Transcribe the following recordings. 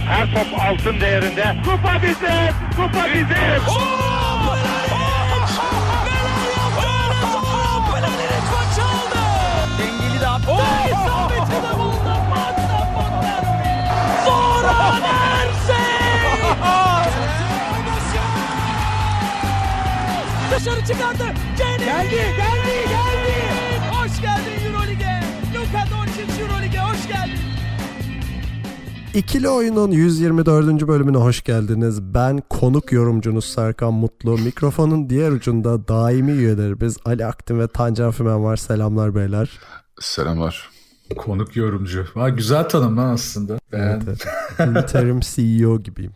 Her top altın değerinde. Kupa bizim! Kupa bizim! Dengeli de attı. İsabeti de buldu. Sonra dışarı çıkardı. Geldi. Hoş geldin Euroleague'e. Luka Doncic Euroleague'e hoş geldin. İkili Oyun'un 124. bölümüne hoş geldiniz. Ben konuk yorumcunuz Serkan Mutlu. Mikrofonun diğer ucunda daimi üyelerimiz Ali Aktin ve Tancan Fümen var. Selamlar beyler. Selamlar. Konuk yorumcu. Güzel tanım lan aslında. Evet. Interim CEO gibiyim.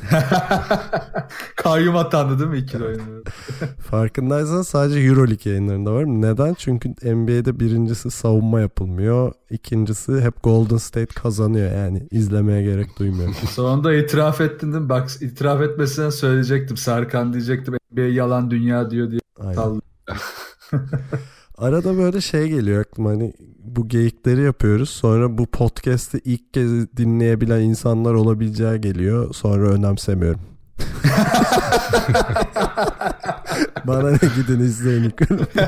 Kayyum atandı değil mi ikili oyunu? Farkındaysan sadece Euroleague yayınlarında var. Neden? Çünkü NBA'de birincisi savunma yapılmıyor. İkincisi hep Golden State kazanıyor. Yani izlemeye gerek duymuyorum. Sonunda itiraf ettin değil mi? Bak itiraf etmesine söyleyecektim. Serkan diyecektim. NBA yalan dünya diyor diye. Aynen. Arada böyle şey geliyor aklıma, hani bu geyikleri yapıyoruz, sonra bu podcast'i ilk kez dinleyebilen insanlar olabileceği geliyor, sonra önemsemiyorum. Bana ne, gidin izleyin ilk.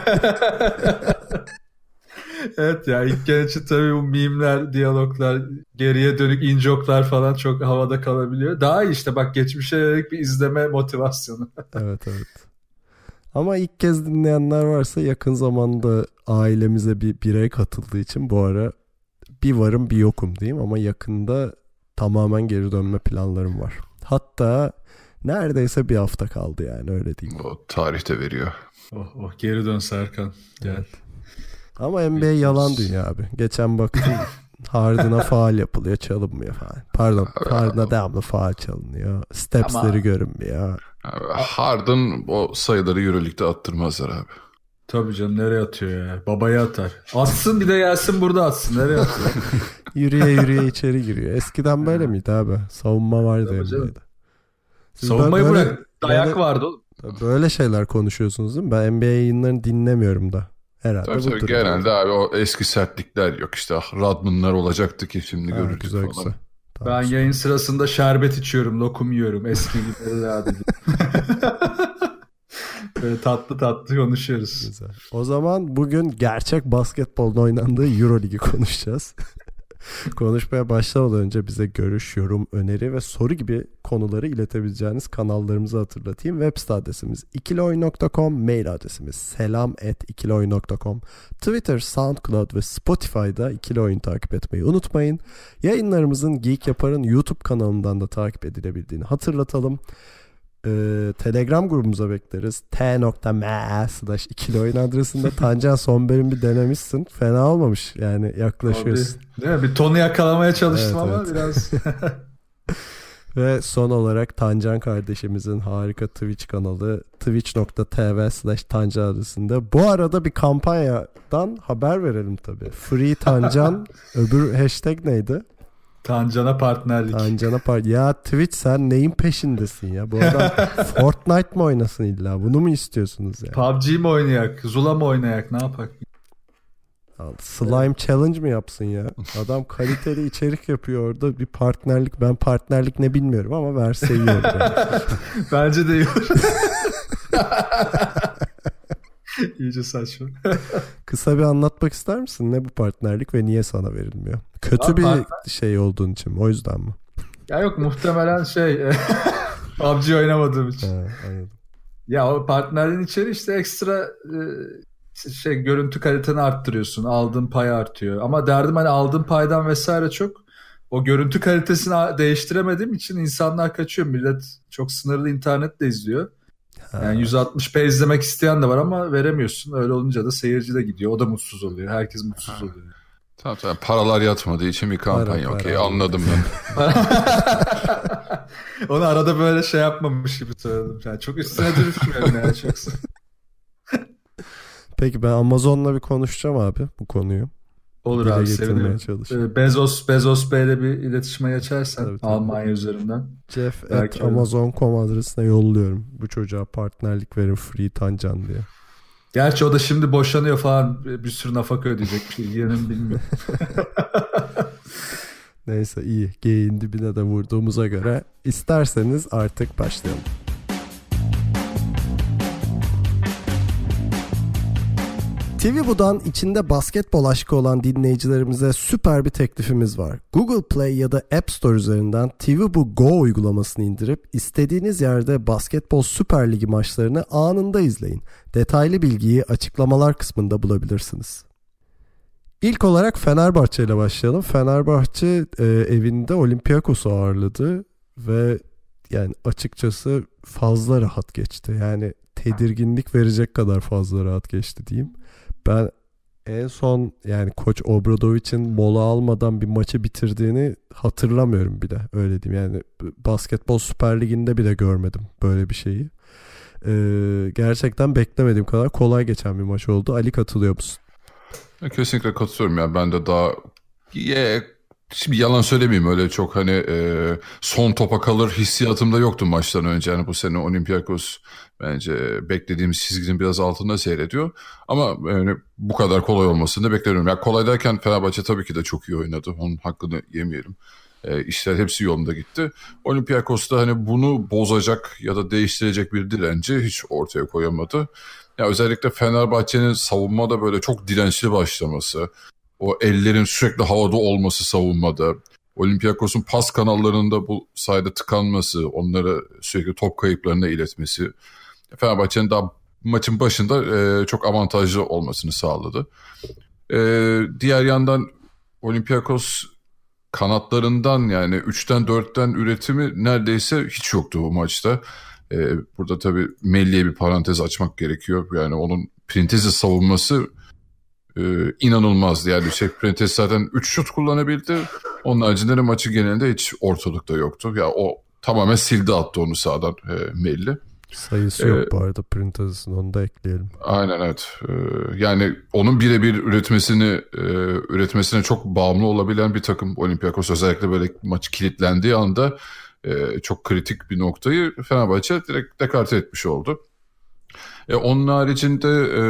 Evet ya, ilk kez için tabii bu mimler, diyaloglar, geriye dönük in-joke'lar falan çok havada kalabiliyor. Daha iyi işte, bak geçmişe yönelik bir izleme motivasyonu. Evet. Ama ilk kez dinleyenler varsa, yakın zamanda ailemize bir birey katıldığı için bu ara bir varım bir yokum diyeyim, ama yakında tamamen geri dönme planlarım var. Hatta neredeyse bir hafta kaldı, yani öyle diyeyim. O tarihte veriyor. Oh geri dön Serkan. Gel. Evet. Ama NBA yalan dünya abi. Geçen baktım Harden'a faul yapılıyor, çalınmıyor falan. Pardon, Harden'a devamlı faul çalınıyor. Steps'leri görünmüyor. Abi, Harden o sayıları Euroleague'de attırmazlar abi. Tabii canım, nereye atıyor ya? Babaya atar. Atsın bir de gelsin burada atsın. Nereye atıyor? Yürüye içeri giriyor. Eskiden böyle miydi abi? Savunma vardı NBA'de. Savunmayı bırak. Dayak vardı oğlum. Böyle şeyler konuşuyorsunuz değil mi? Ben NBA yayınlarını dinlemiyorum da. Herhalde tabii, genelde abi o eski sertlikler yok. İşte Rodman'lar olacaktı ki şimdi görürdük güzel, falan. Güzel. Tamam, ben yayın sırasında şerbet içiyorum, lokum yiyorum. Eski gibi herhalde. Böyle tatlı konuşuyoruz. Güzel. O zaman bugün gerçek basketbolun oynandığı Euroleague'i konuşacağız. Konuşmaya başlamadan önce bize görüş, yorum, öneri ve soru gibi konuları iletebileceğiniz kanallarımızı hatırlatayım. Web site adresimiz ikilioyun.com, mail adresimiz selam@ikilioyun.com, Twitter, SoundCloud ve Spotify'da İkili Oyun takip etmeyi unutmayın. Yayınlarımızın Geek Yapar'ın YouTube kanalından da takip edilebildiğini hatırlatalım. Telegram grubumuza bekleriz. t.me/ikilioyun adresinde. Tancan, son bölüm bir denemişsin. Fena olmamış. Yani yaklaşıyorsun. Abi, değil mi? Bir tonu yakalamaya çalıştım ama biraz. Ve son olarak Tancan kardeşimizin harika Twitch kanalı twitch.tv/Tancan adresinde. Bu arada bir kampanyadan haber verelim tabii. Free Tancan. Öbür hashtag neydi? Tancan'a partnerlik. Ya Twitch, sen neyin peşindesin ya? Bu adam Fortnite mı oynasın illa? Bunu mu istiyorsunuz ya? PUBG mi oynayak? Zula mı oynayak? Ne yapak? Slime Challenge mi yapsın ya? Adam kaliteli içerik yapıyor orada. Bir partnerlik. Ben partnerlik ne bilmiyorum ama verse iyi olur. Bence de iyi olur. İyice saçma. Kısa bir anlatmak ister misin? Ne bu partnerlik ve niye sana verilmiyor? Kötü bir şey olduğun için mi? O yüzden mi? Ya yok, muhtemelen PUBG oynamadığım için. Anladım. Ya o partnerliğin içeri işte ekstra görüntü kaliteni arttırıyorsun. Aldığın pay artıyor. Ama derdim hani aldığın paydan vesaire çok. O görüntü kalitesini değiştiremediğim için insanlar kaçıyor. Millet çok sınırlı internetle izliyor. Yani 160p izlemek isteyen de var ama veremiyorsun. Öyle olunca da seyirci de gidiyor. O da mutsuz oluyor. Herkes mutsuz oluyor. Tamam. Paralar yatmadığı için bir kampanya. Okey, anladım ben. Onu arada böyle şey yapmamış gibi söyledim. Yani çok üstüne düşmüyorum yani. Çok. Peki, ben Amazon'la bir konuşacağım abi bu konuyu. Olur abi, sevinirim. Bezos Bey'le bir iletişime geçersen tabii. Almanya üzerinden. Jeff@amazon.com adresine yolluyorum. Bu çocuğa partnerlik verin, free Tancan diye. Gerçi o da şimdi boşanıyor falan, bir sürü nafaka ödeyecek. Bir şey yerini bilmiyorum. Neyse iyi. Geyiğin dibine de vurduğumuza göre isterseniz artık başlayalım. TVBU'dan içinde basketbol aşkı olan dinleyicilerimize süper bir teklifimiz var. Google Play ya da App Store üzerinden TVBU Go uygulamasını indirip istediğiniz yerde Basketbol Süper Ligi maçlarını anında izleyin. Detaylı bilgiyi açıklamalar kısmında bulabilirsiniz. İlk olarak Fenerbahçe ile başlayalım. Fenerbahçe evinde Olympiakos'u ağırladı ve yani açıkçası fazla rahat geçti. Yani tedirginlik verecek kadar fazla rahat geçti diyeyim. Ben en son yani Koç Obradovic'in mola almadan bir maçı bitirdiğini hatırlamıyorum bile. Öyle diyeyim yani Basketbol Süper Ligi'nde bile görmedim böyle bir şeyi. Gerçekten beklemediğim kadar kolay geçen bir maç oldu. Ali, katılıyor musun? Kesinlikle katılıyorum ya. Ben de daha şimdi yalan söylemeyeyim, öyle çok hani son topa kalır hissiyatım da yoktu maçtan önce. Yani bu sene Olympiakos bence beklediğimiz çizginin biraz altında seyrediyor. Ama yani bu kadar kolay olmasını da beklemiyorum. Yani kolay derken Fenerbahçe tabii ki de çok iyi oynadı. Onun hakkını yemeyelim. İşler hepsi yolunda gitti. Olympiakos'ta hani bunu bozacak ya da değiştirecek bir direnci hiç ortaya koyamadı. Ya özellikle Fenerbahçe'nin savunmada böyle çok dirençli başlaması, o ellerin sürekli havada olması savunmada, Olympiakos'un pas kanallarında bu sayede tıkanması, onları sürekli top kayıplarına iletmesi, Fenerbahçe'nin daha maçın başında çok avantajlı olmasını sağladı. Diğer yandan Olympiakos kanatlarından yani 3'ten 4'ten üretimi neredeyse hiç yoktu bu maçta. Burada tabii Melli'ye bir parantez açmak gerekiyor. Yani onun Printez'i savunması inanılmazdı. Yani Printez zaten 3 şut kullanabildi. Onun haricinde de maçı genelinde hiç ortalıkta yoktu. Ya o tamamen sildi attı onu sağdan Melli. Sayısı yok bu arada Printez'in, onu da ekleyelim. Aynen, evet. Yani onun birebir üretmesine çok bağımlı olabilen bir takım Olympiakos. Özellikle böyle maç kilitlendiği anda çok kritik bir noktayı Fenerbahçe direkt dekarte etmiş oldu. Onun haricinde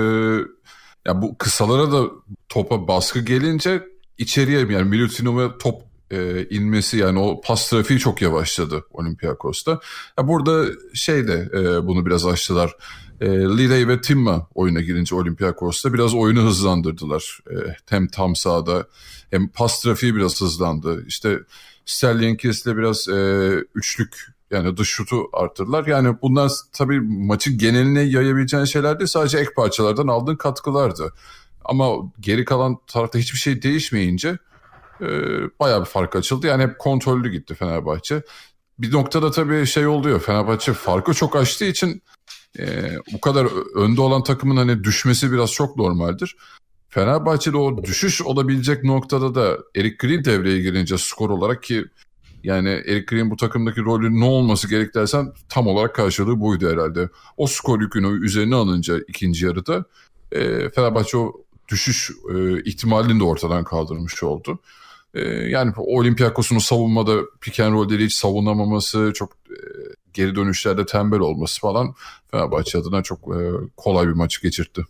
ya bu kısalara da topa baskı gelince içeriye yani Milutinov'a top inmesi, yani o pas trafiği çok yavaşladı Olympiakos'ta. Ya burada bunu biraz açtılar. Lidey ve Timma oyuna girince Olympiakos'ta biraz oyunu hızlandırdılar. Hem tam sahada hem pas trafiği biraz hızlandı. İşte Sterlinkis'le biraz üçlük yani dış şutu arttırdılar. Yani bunlar tabii maçın geneline yayabileceğin şeyler değil, sadece ek parçalardan aldığın katkılardı. Ama geri kalan tarafta hiçbir şey değişmeyince bayağı bir fark açıldı. Yani hep kontrollü gitti Fenerbahçe. Bir noktada tabii oluyor. Fenerbahçe farkı çok açtığı için bu kadar önde olan takımın hani düşmesi biraz çok normaldir. Fenerbahçe'de o düşüş olabilecek noktada da Eric Green devreye girince skor olarak, ki yani Eric Green bu takımdaki rolü ne olması gerek dersen tam olarak karşılığı buydu herhalde. O skor yükünü üzerine alınca ikinci yarıda Fenerbahçe o düşüş ihtimalini de ortadan kaldırmış oldu. Yani Olympiakos'un savunmada pick and roll'leri hiç savunamaması, çok geri dönüşlerde tembel olması falan Fenerbahçe adına çok kolay bir maçı geçirtti.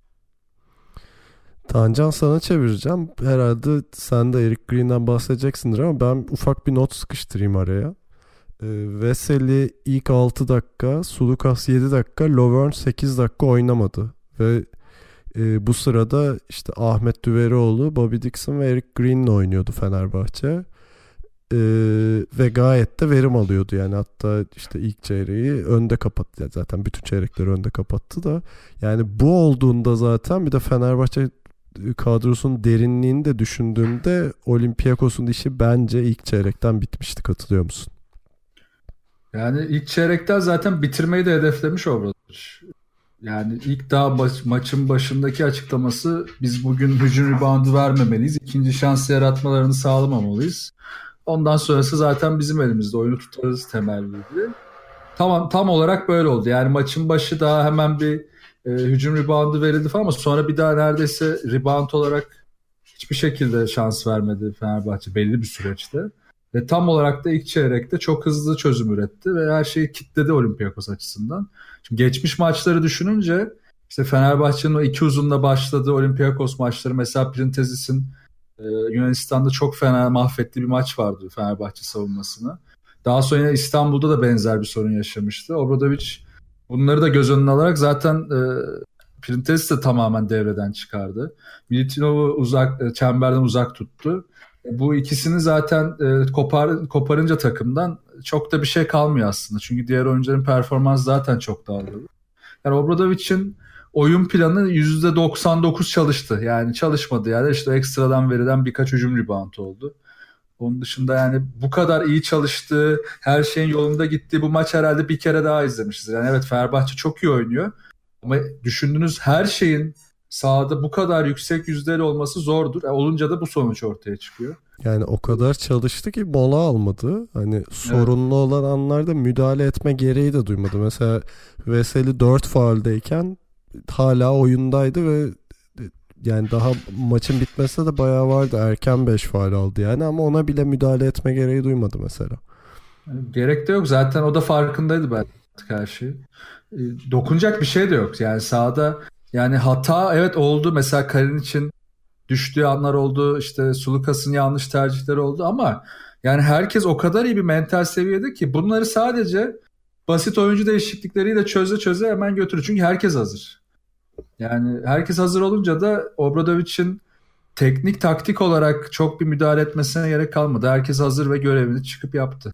Tancan, sana çevireceğim. Herhalde sen de Eric Green'den bahsedeceksindir ama ben ufak bir not sıkıştırayım araya. Veseli ilk 6 dakika, Sulukas 7 dakika, Lovern 8 dakika oynamadı. Ve bu sırada işte Ahmet Düverioğlu, Bobby Dixon ve Eric Green'le oynuyordu Fenerbahçe. Ve gayet de verim alıyordu yani, hatta işte ilk çeyreği önde kapattı, zaten bütün çeyrekleri önde kapattı da yani bu olduğunda zaten bir de Fenerbahçe kadrosunun derinliğini de düşündüğümde Olympiakos'un işi bence ilk çeyrekten bitmişti. Katılıyor musun? Yani ilk çeyrekten zaten bitirmeyi de hedeflemiş Obradovic. Yani ilk daha maçın başındaki açıklaması, biz bugün hücum reboundu vermemeliyiz, ikinci şans yaratmalarını sağlamamalıyız. Ondan sonrası zaten bizim elimizde, oyunu tutarız temelliydi. Tam olarak böyle oldu. Yani maçın başı daha hemen bir hücum reboundu verildi falan ama sonra bir daha neredeyse rebound olarak hiçbir şekilde şans vermedi Fenerbahçe belli bir süreçte. Ve tam olarak da ilk çeyrekte çok hızlı çözüm üretti ve her şeyi kilitledi Olympiakos açısından. Şimdi geçmiş maçları düşününce işte Fenerbahçe'nin o iki uzunla başladığı Olympiakos maçları, mesela Printezis'in Yunanistan'da çok fena mahvettiği bir maç vardı Fenerbahçe savunmasını. Daha sonra yine İstanbul'da da benzer bir sorun yaşamıştı. Obradovic bunları da göz önüne alarak zaten Printez'i de tamamen devreden çıkardı. Milutinov'u çemberden uzak tuttu. Bu ikisini zaten koparınca takımdan çok da bir şey kalmıyor aslında. Çünkü diğer oyuncuların performansı zaten çok dağılıyor. Yani Obradovic'in oyun planı %99 çalıştı. Yani çalışmadı yani işte ekstradan verilen birkaç hücum rebound oldu. Onun dışında yani bu kadar iyi çalıştığı, her şeyin yolunda gittiği bu maç herhalde bir kere daha izlemişiz. Yani evet Fenerbahçe çok iyi oynuyor. Ama düşündüğünüz her şeyin sahada bu kadar yüksek yüzdeli olması zordur. Olunca da bu sonuç ortaya çıkıyor. Yani o kadar çalıştı ki mola almadı. Hani sorunlu olan anlarda müdahale etme gereği de duymadı. Mesela Veseli 4 fauldeyken hala oyundaydı ve yani daha maçın bitmesine de bayağı vardı. Erken 5 faul aldı yani ama ona bile müdahale etme gereği duymadı mesela. Gerek de yok. Zaten o da farkındaydı belki her şey. Dokunacak bir şey de yok. Yani sahada yani hata evet oldu. Mesela Kalin için düştüğü anlar oldu. İşte Sulukas'ın yanlış tercihleri oldu ama yani herkes o kadar iyi bir mental seviyede ki bunları sadece basit oyuncu değişiklikleriyle çöze hemen götürür. Çünkü herkes hazır. Yani herkes hazır olunca da Obradovic'in teknik taktik olarak çok bir müdahale etmesine gerek kalmadı. Herkes hazır ve görevini çıkıp yaptı.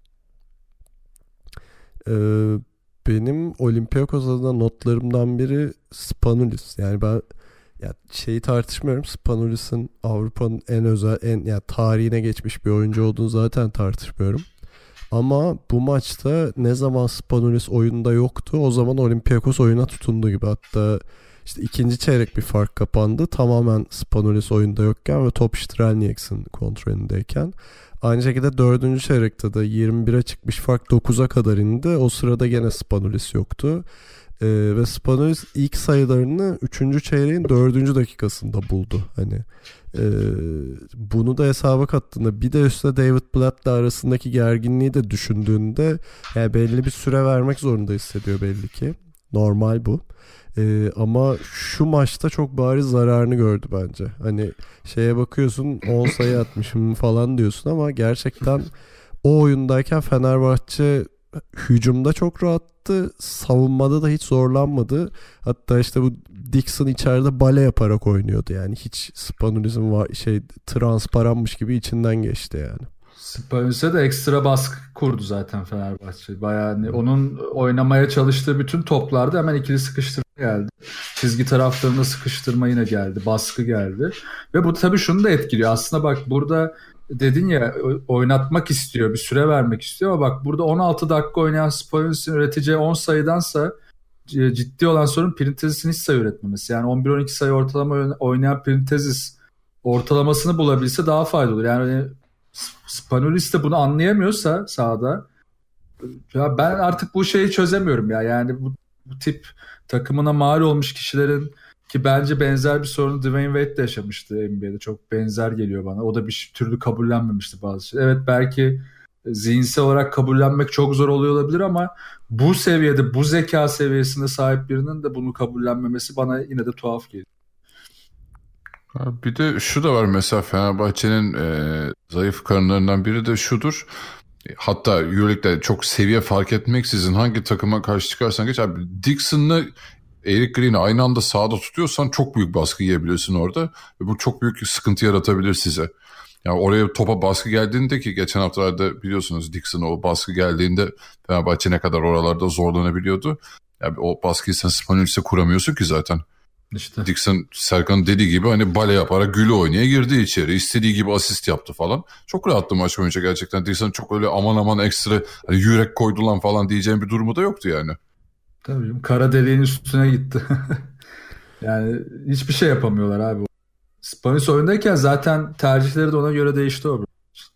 Benim Olympiakos adına notlarımdan biri Spanoulis. Yani ben şeyi tartışmıyorum. Spanoulis'in Avrupa'nın en özel, yani tarihine geçmiş bir oyuncu olduğunu zaten tartışmıyorum. Ama bu maçta ne zaman Spanoulis oyunda yoktu, o zaman Olympiakos oyuna tutundu gibi. Hatta işte ikinci çeyrek bir fark kapandı. Tamamen Spanoulis oyunda yokken ve top Strelniaks'in kontrolündeyken. Aynı şekilde 4. çeyrekte de 21'e çıkmış fark 9'a kadar indi. O sırada gene Spanoulis yoktu. Ve Spanoulis ilk sayılarını 3. çeyreğin 4. dakikasında buldu. Hani bunu da hesaba kattığında bir de üstüne David Blatt'la arasındaki gerginliği de düşündüğünde yani belli bir süre vermek zorunda hissediyor belli ki. Normal bu. Ama şu maçta çok bariz zararını gördü bence. Hani şeye bakıyorsun 10 sayı atmışım falan diyorsun ama gerçekten o oyundayken Fenerbahçe hücumda çok rahattı. Savunmada da hiç zorlanmadı. Hatta işte bu Dixon içeride bale yaparak oynuyordu. Yani hiç Spanoulis'in transparanmış gibi içinden geçti yani. Spanoulis'e de ekstra baskı kurdu zaten Fenerbahçe. Bayağı hani onun oynamaya çalıştığı bütün toplarda hemen ikili sıkıştırma geldi. Çizgi taraflarında sıkıştırma yine geldi. Baskı geldi. Ve bu tabii şunu da etkiliyor. Aslında bak burada dedin ya oynatmak istiyor. Bir süre vermek istiyor ama bak burada 16 dakika oynayan Spanoulis'in üreteceği 10 sayıdansa ciddi olan sorun Printezis'in hiç sayı üretmemesi. Yani 11-12 sayı ortalama oynayan Printezis ortalamasını bulabilse daha faydalı olur. Yani Spanoulis de bunu anlayamıyorsa sahada ya ben artık bu şeyi çözemiyorum ya. Yani bu tip takımına mal olmuş kişilerin ki bence benzer bir sorunu Dwayne Wade de yaşamıştı NBA'de. Çok benzer geliyor bana. O da bir türlü kabullenmemişti bazı şey. Evet belki zihinsel olarak kabullenmek çok zor oluyor olabilir ama bu seviyede, bu zeka seviyesinde sahip birinin de bunu kabullenmemesi bana yine de tuhaf geliyor. Bir de şu da var mesela Fenerbahçe'nin zayıf karınlarından biri de şudur. Hatta Euroleague'de çok seviye fark etmeksizin hangi takıma karşı çıkarsan geç abi Dixon'la Eric Green'i aynı anda sahada tutuyorsan çok büyük baskı yiyebilirsin orada ve bu çok büyük sıkıntı yaratabilir size. Yani oraya topa baskı geldiğinde ki geçen haftalarda biliyorsunuz Dixon'a o baskı geldiğinde Fenerbahçe ne kadar oralarda zorlanabiliyordu. Yani o baskıyı sen Spanoulis'e kuramıyorsun ki zaten. İşte. Dixon Serkan'ın dediği gibi hani bale yaparak gülü oynaya girdi içeri. İstediği gibi asist yaptı falan. Çok rahattı maç boyunca gerçekten. Dixon çok öyle aman ekstra hani yürek koydu lan falan diyeceğim bir durumu da yoktu yani. Tabii canım, kara deliğin üstüne gitti. Yani hiçbir şey yapamıyorlar abi. Spanoulis oyundayken zaten tercihleri de ona göre değişti o.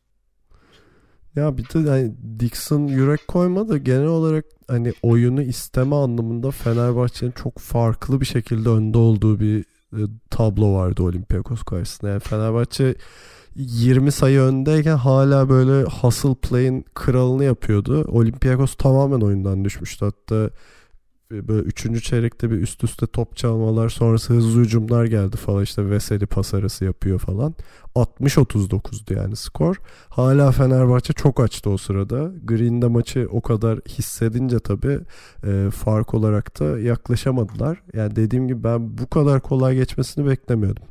Ya bir de hani Dixon yürek koymadı genel olarak hani oyunu isteme anlamında Fenerbahçe'nin çok farklı bir şekilde önde olduğu bir tablo vardı Olympiakos karşısında. Yani Fenerbahçe 20 sayı öndeyken hala böyle hustle play'in kralını yapıyordu. Olympiakos tamamen oyundan düşmüştü. Hatta böyle 3. çeyrekte bir üst üste top çalmalar, sonrası hızlı hücumlar geldi falan, işte Veseli pas arası yapıyor falan. 60-39'du yani skor. Hala Fenerbahçe çok açtı o sırada. Green'de maçı o kadar hissedince tabii fark olarak da yaklaşamadılar. Yani dediğim gibi ben bu kadar kolay geçmesini beklemiyordum.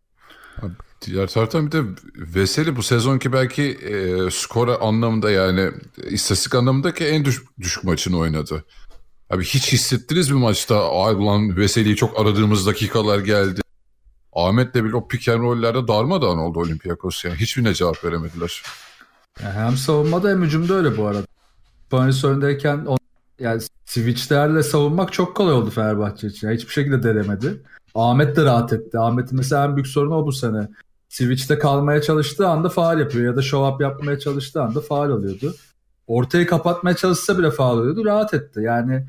Diğer taraftan bir de Veseli bu sezonki belki skor anlamında, yani istatistik anlamındaki en düşük maçını oynadı. Abi hiç hissettiniz mi maçta? Ay ulan Veseli'yi çok aradığımız dakikalar geldi. Ahmet'le bile o pick and roll'lerde darmadağın oldu Olympiakos yani. Hiçbirine cevap veremediler. Yani hem savunmada hem hücumda öyle bu arada. Panis öndeyken yani switchlerle savunmak çok kolay oldu Fenerbahçe için. Yani hiçbir şekilde denemedi. Ahmet de rahat etti. Ahmet'in mesela en büyük sorunu o bu sene. Switch'te kalmaya çalıştığı anda faul yapıyor ya da show up yapmaya çalıştığı anda faul oluyordu. Ortayı kapatmaya çalışsa bile faul oluyordu. Rahat etti. Yani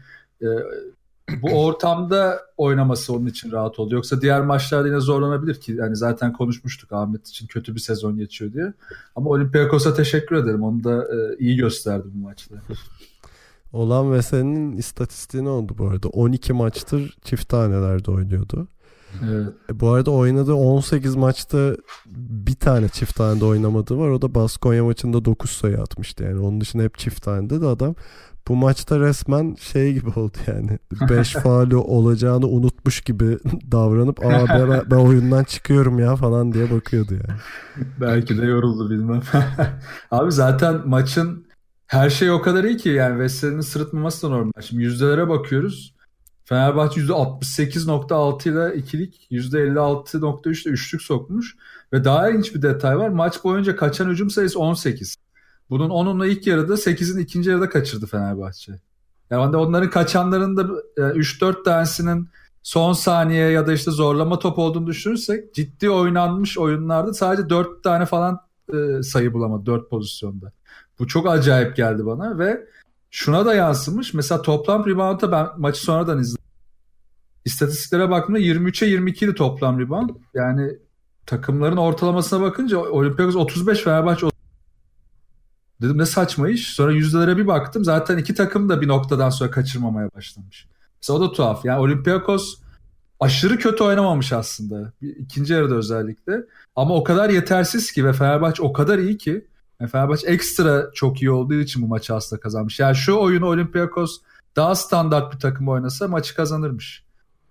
bu ortamda oynaması onun için rahat oldu. Yoksa diğer maçlarda yine zorlanabilir ki. Yani zaten konuşmuştuk Ahmet için kötü bir sezon geçiyor diye. Ama Olympiakos'a teşekkür ederim. Onu da iyi gösterdi bu maçta. Olan Veseli'nin istatistiği ne oldu bu arada? 12 maçtır çift tanelerde oynuyordu. Evet. Bu arada oynadığı 18 maçta bir tane çift tanede oynamadığı var. O da Baskonya maçında 9 sayı atmıştı. Yani onun dışında hep çift tanede de adam bu maçta resmen şey gibi oldu yani. 5 faulü olacağını unutmuş gibi davranıp ben oyundan çıkıyorum ya falan diye bakıyordu yani. Belki de yoruldu bilmem. Abi zaten maçın her şey o kadar iyi ki yani Veseli'nin sırıtmaması da normal. Şimdi yüzdelere bakıyoruz. Fenerbahçe %68.6 ile ikilik, %56.3 ile üçlük sokmuş. Ve daha ilginç bir detay var. Maç boyunca kaçan hücum sayısı 18. Bunun 10'unu ilk yarıda, 8'in ikinci yarıda kaçırdı Fenerbahçe. Yani onların kaçanların da 3-4 tanesinin son saniye ya da işte zorlama top olduğunu düşünürsek ciddi oynanmış oyunlarda sadece 4 tane falan sayı bulamadı 4 pozisyonda. Bu çok acayip geldi bana ve şuna da yansımış. Mesela toplam rebound'a ben maçı sonradan izledim. İstatistiklere baktığımda 23'e 22'ydi toplam rebound. Yani takımların ortalamasına bakınca Olympiakos 35, Fenerbahçe 30. Dedim ne saçma iş. Sonra yüzdelere bir baktım. Zaten iki takım da bir noktadan sonra kaçırmamaya başlamış. Mesela o da tuhaf. Yani Olympiakos aşırı kötü oynamamış aslında. İkinci yarıda özellikle. Ama o kadar yetersiz ki ve Fenerbahçe o kadar iyi ki. Yani Fenerbahçe ekstra çok iyi olduğu için bu maçı aslında kazanmış. Yani şu oyunu Olympiakos daha standart bir takım oynasa maçı kazanırmış.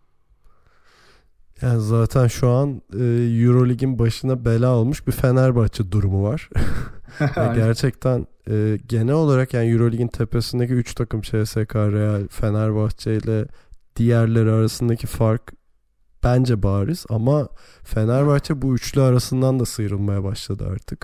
Yani zaten şu an Eurolig'in başına bela olmuş bir Fenerbahçe durumu var. Gerçekten genel olarak yani Eurolig'in tepesindeki 3 takım CSKA, Real, Fenerbahçe ile diğerleri arasındaki fark bence bariz ama Fenerbahçe bu üçlü arasından da sıyrılmaya başladı artık.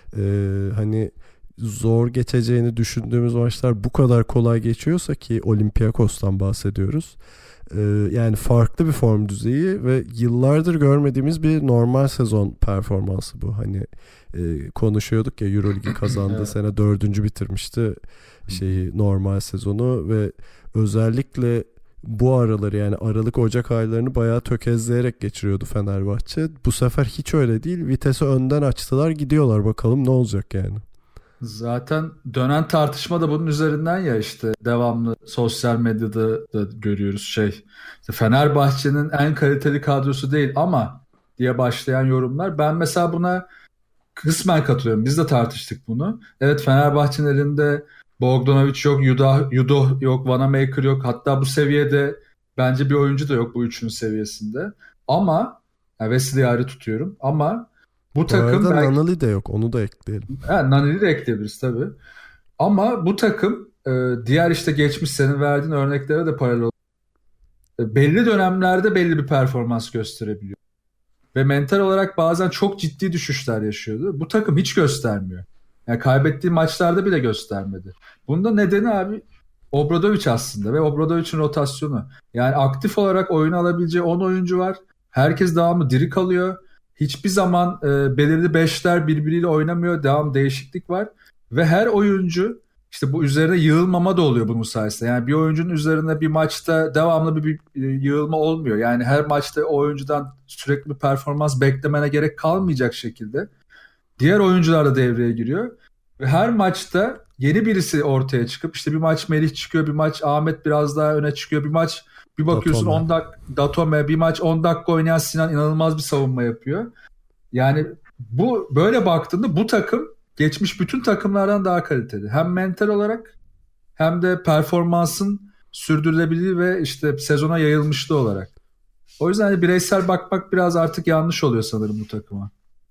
Hani zor geçeceğini düşündüğümüz maçlar bu kadar kolay geçiyorsa ki Olympiakos'tan bahsediyoruz. Yani farklı bir form düzeyi ve yıllardır görmediğimiz bir normal sezon performansı bu. Hani konuşuyorduk ya Euroligi kazandığı evet. Sene 4. bitirmişti normal sezonu ve özellikle bu araları yani Aralık-Ocak aylarını bayağı tökezleyerek geçiriyordu Fenerbahçe. Bu sefer hiç öyle değil. Vitesi önden açtılar, gidiyorlar. Bakalım ne olacak yani. Zaten dönen tartışma da bunun üzerinden ya işte devamlı sosyal medyada da görüyoruz işte Fenerbahçe'nin en kaliteli kadrosu değil ama diye başlayan yorumlar. Ben mesela buna kısmen katılıyorum. Biz de tartıştık bunu. Evet Fenerbahçe'nin elinde Bogdanovic yok, Yudo yok, Vanamaker yok. Hatta bu seviyede bence bir oyuncu da yok bu üçünün seviyesinde. Ama yani Wesley'i ayrı tutuyorum ama bu takım arada belki... Nanali de yok. Onu da ekleyelim. Ha, Nanali de ekleyebiliriz tabii. Ama bu takım diğer işte geçmiş senin verdiğin örneklere de paralel belli dönemlerde belli bir performans gösterebiliyor. Ve mental olarak bazen çok ciddi düşüşler yaşıyordu. Bu takım hiç göstermiyor. Yani kaybettiği maçlarda bile göstermedi. Bunun da nedeni abi Obradovic aslında ve Obradovic'in rotasyonu. Yani aktif olarak oyunu alabileceği 10 oyuncu var. Herkes devamlı diri kalıyor. Hiçbir zaman belirli beşler birbiriyle oynamıyor. Devam değişiklik var. Ve her oyuncu işte bu üzerine yığılmama da oluyor bunun sayesinde. Yani bir oyuncunun üzerine bir maçta devamlı bir yığılma olmuyor. Yani her maçta o oyuncudan sürekli bir performans beklemene gerek kalmayacak şekilde diğer oyuncular da devreye giriyor. Ve her maçta yeni birisi ortaya çıkıp işte bir maç Melih çıkıyor, bir maç Ahmet biraz daha öne çıkıyor, bir maç bir bakıyorsun Datome. 10 dakika Datome, bir maç 10 dakika oynayan Sinan inanılmaz bir savunma yapıyor. Yani bu böyle baktığında bu takım geçmiş bütün takımlardan daha kaliteli. Hem mental olarak hem de performansın sürdürülebilirliği ve işte sezona yayılmışlığı olarak. O yüzden hani bireysel bakmak biraz artık yanlış oluyor sanırım bu takıma.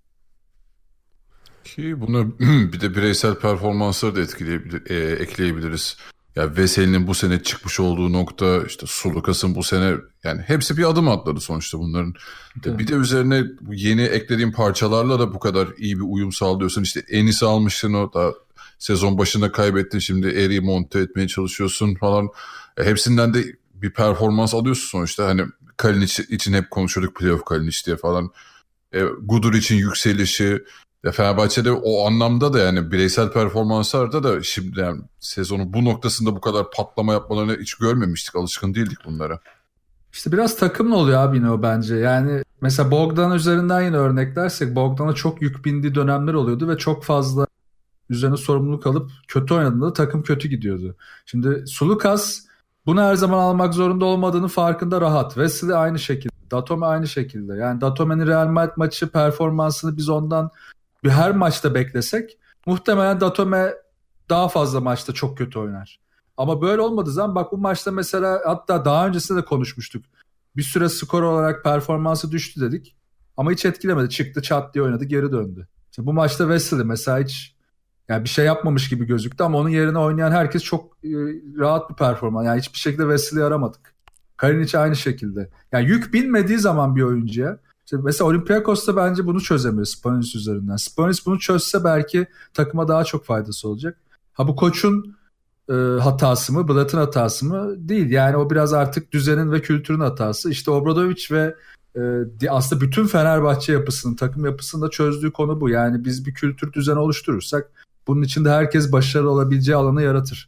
Ki buna bir de bireysel performansları da ekleyebiliriz. Ya Veseli'nin bu sene çıkmış olduğu nokta, işte Sulukas'ın bu sene, yani hepsi bir adım atladı sonuçta bunların. Bir de üzerine bu yeni eklediğin parçalarla da bu kadar iyi bir uyum sağlıyorsun. İşte Enis'i almıştın, o da sezon başında kaybettin, şimdi Eri'yi monte etmeye çalışıyorsun falan. Hepsinden de bir performans alıyorsun sonuçta. Hani Kalinic için hep konuşuyorduk, playoff Kalinic diye falan. Gudur için yükselişi. Fenerbahçe'de o anlamda da yani bireysel performanslarda da şimdi yani sezonun bu noktasında bu kadar patlama yapmalarını hiç görmemiştik. Alışkın değildik bunlara. İşte biraz takımla oluyor abi yine o bence. Yani mesela Bogdan üzerinden yine örneklersek Bogdan'a çok yük bindiği dönemler oluyordu ve çok fazla üzerine sorumluluk alıp kötü oynadığında takım kötü gidiyordu. Şimdi Sulukas bunu her zaman almak zorunda olmadığını farkında rahat. Wesley aynı şekilde. Datome aynı şekilde. Yani Datome'nin Real Madrid maçı performansını biz ondan bir her maçta beklesek muhtemelen Datome daha fazla maçta çok kötü oynar. Ama böyle olmadığı zaman bak bu maçta mesela, hatta daha öncesinde de konuşmuştuk. Bir süre skor olarak performansı düştü dedik. Ama hiç etkilemedi. Çıktı çat diye oynadı, geri döndü. İşte bu maçta Wesley mesela hiç yani bir şey yapmamış gibi gözüktü ama onun yerine oynayan herkes çok rahat bir performans. Yani hiçbir şekilde Wesley'i aramadık. Kalinic aynı şekilde. Yani yük binmediği zaman bir oyuncuya, işte mesela Olympiakos'ta bence bunu çözemiyor Spanulis üzerinden. Spanulis bunu çözse belki takıma daha çok faydası olacak. Ha bu koçun hatası mı, Blatt'ın hatası mı? Değil. Yani o biraz artık düzenin ve kültürün hatası. İşte Obradovic ve aslında bütün Fenerbahçe yapısının, takım yapısının da çözdüğü konu bu. Yani biz bir kültür düzeni oluşturursak bunun içinde herkes başarılı olabileceği alanı yaratır.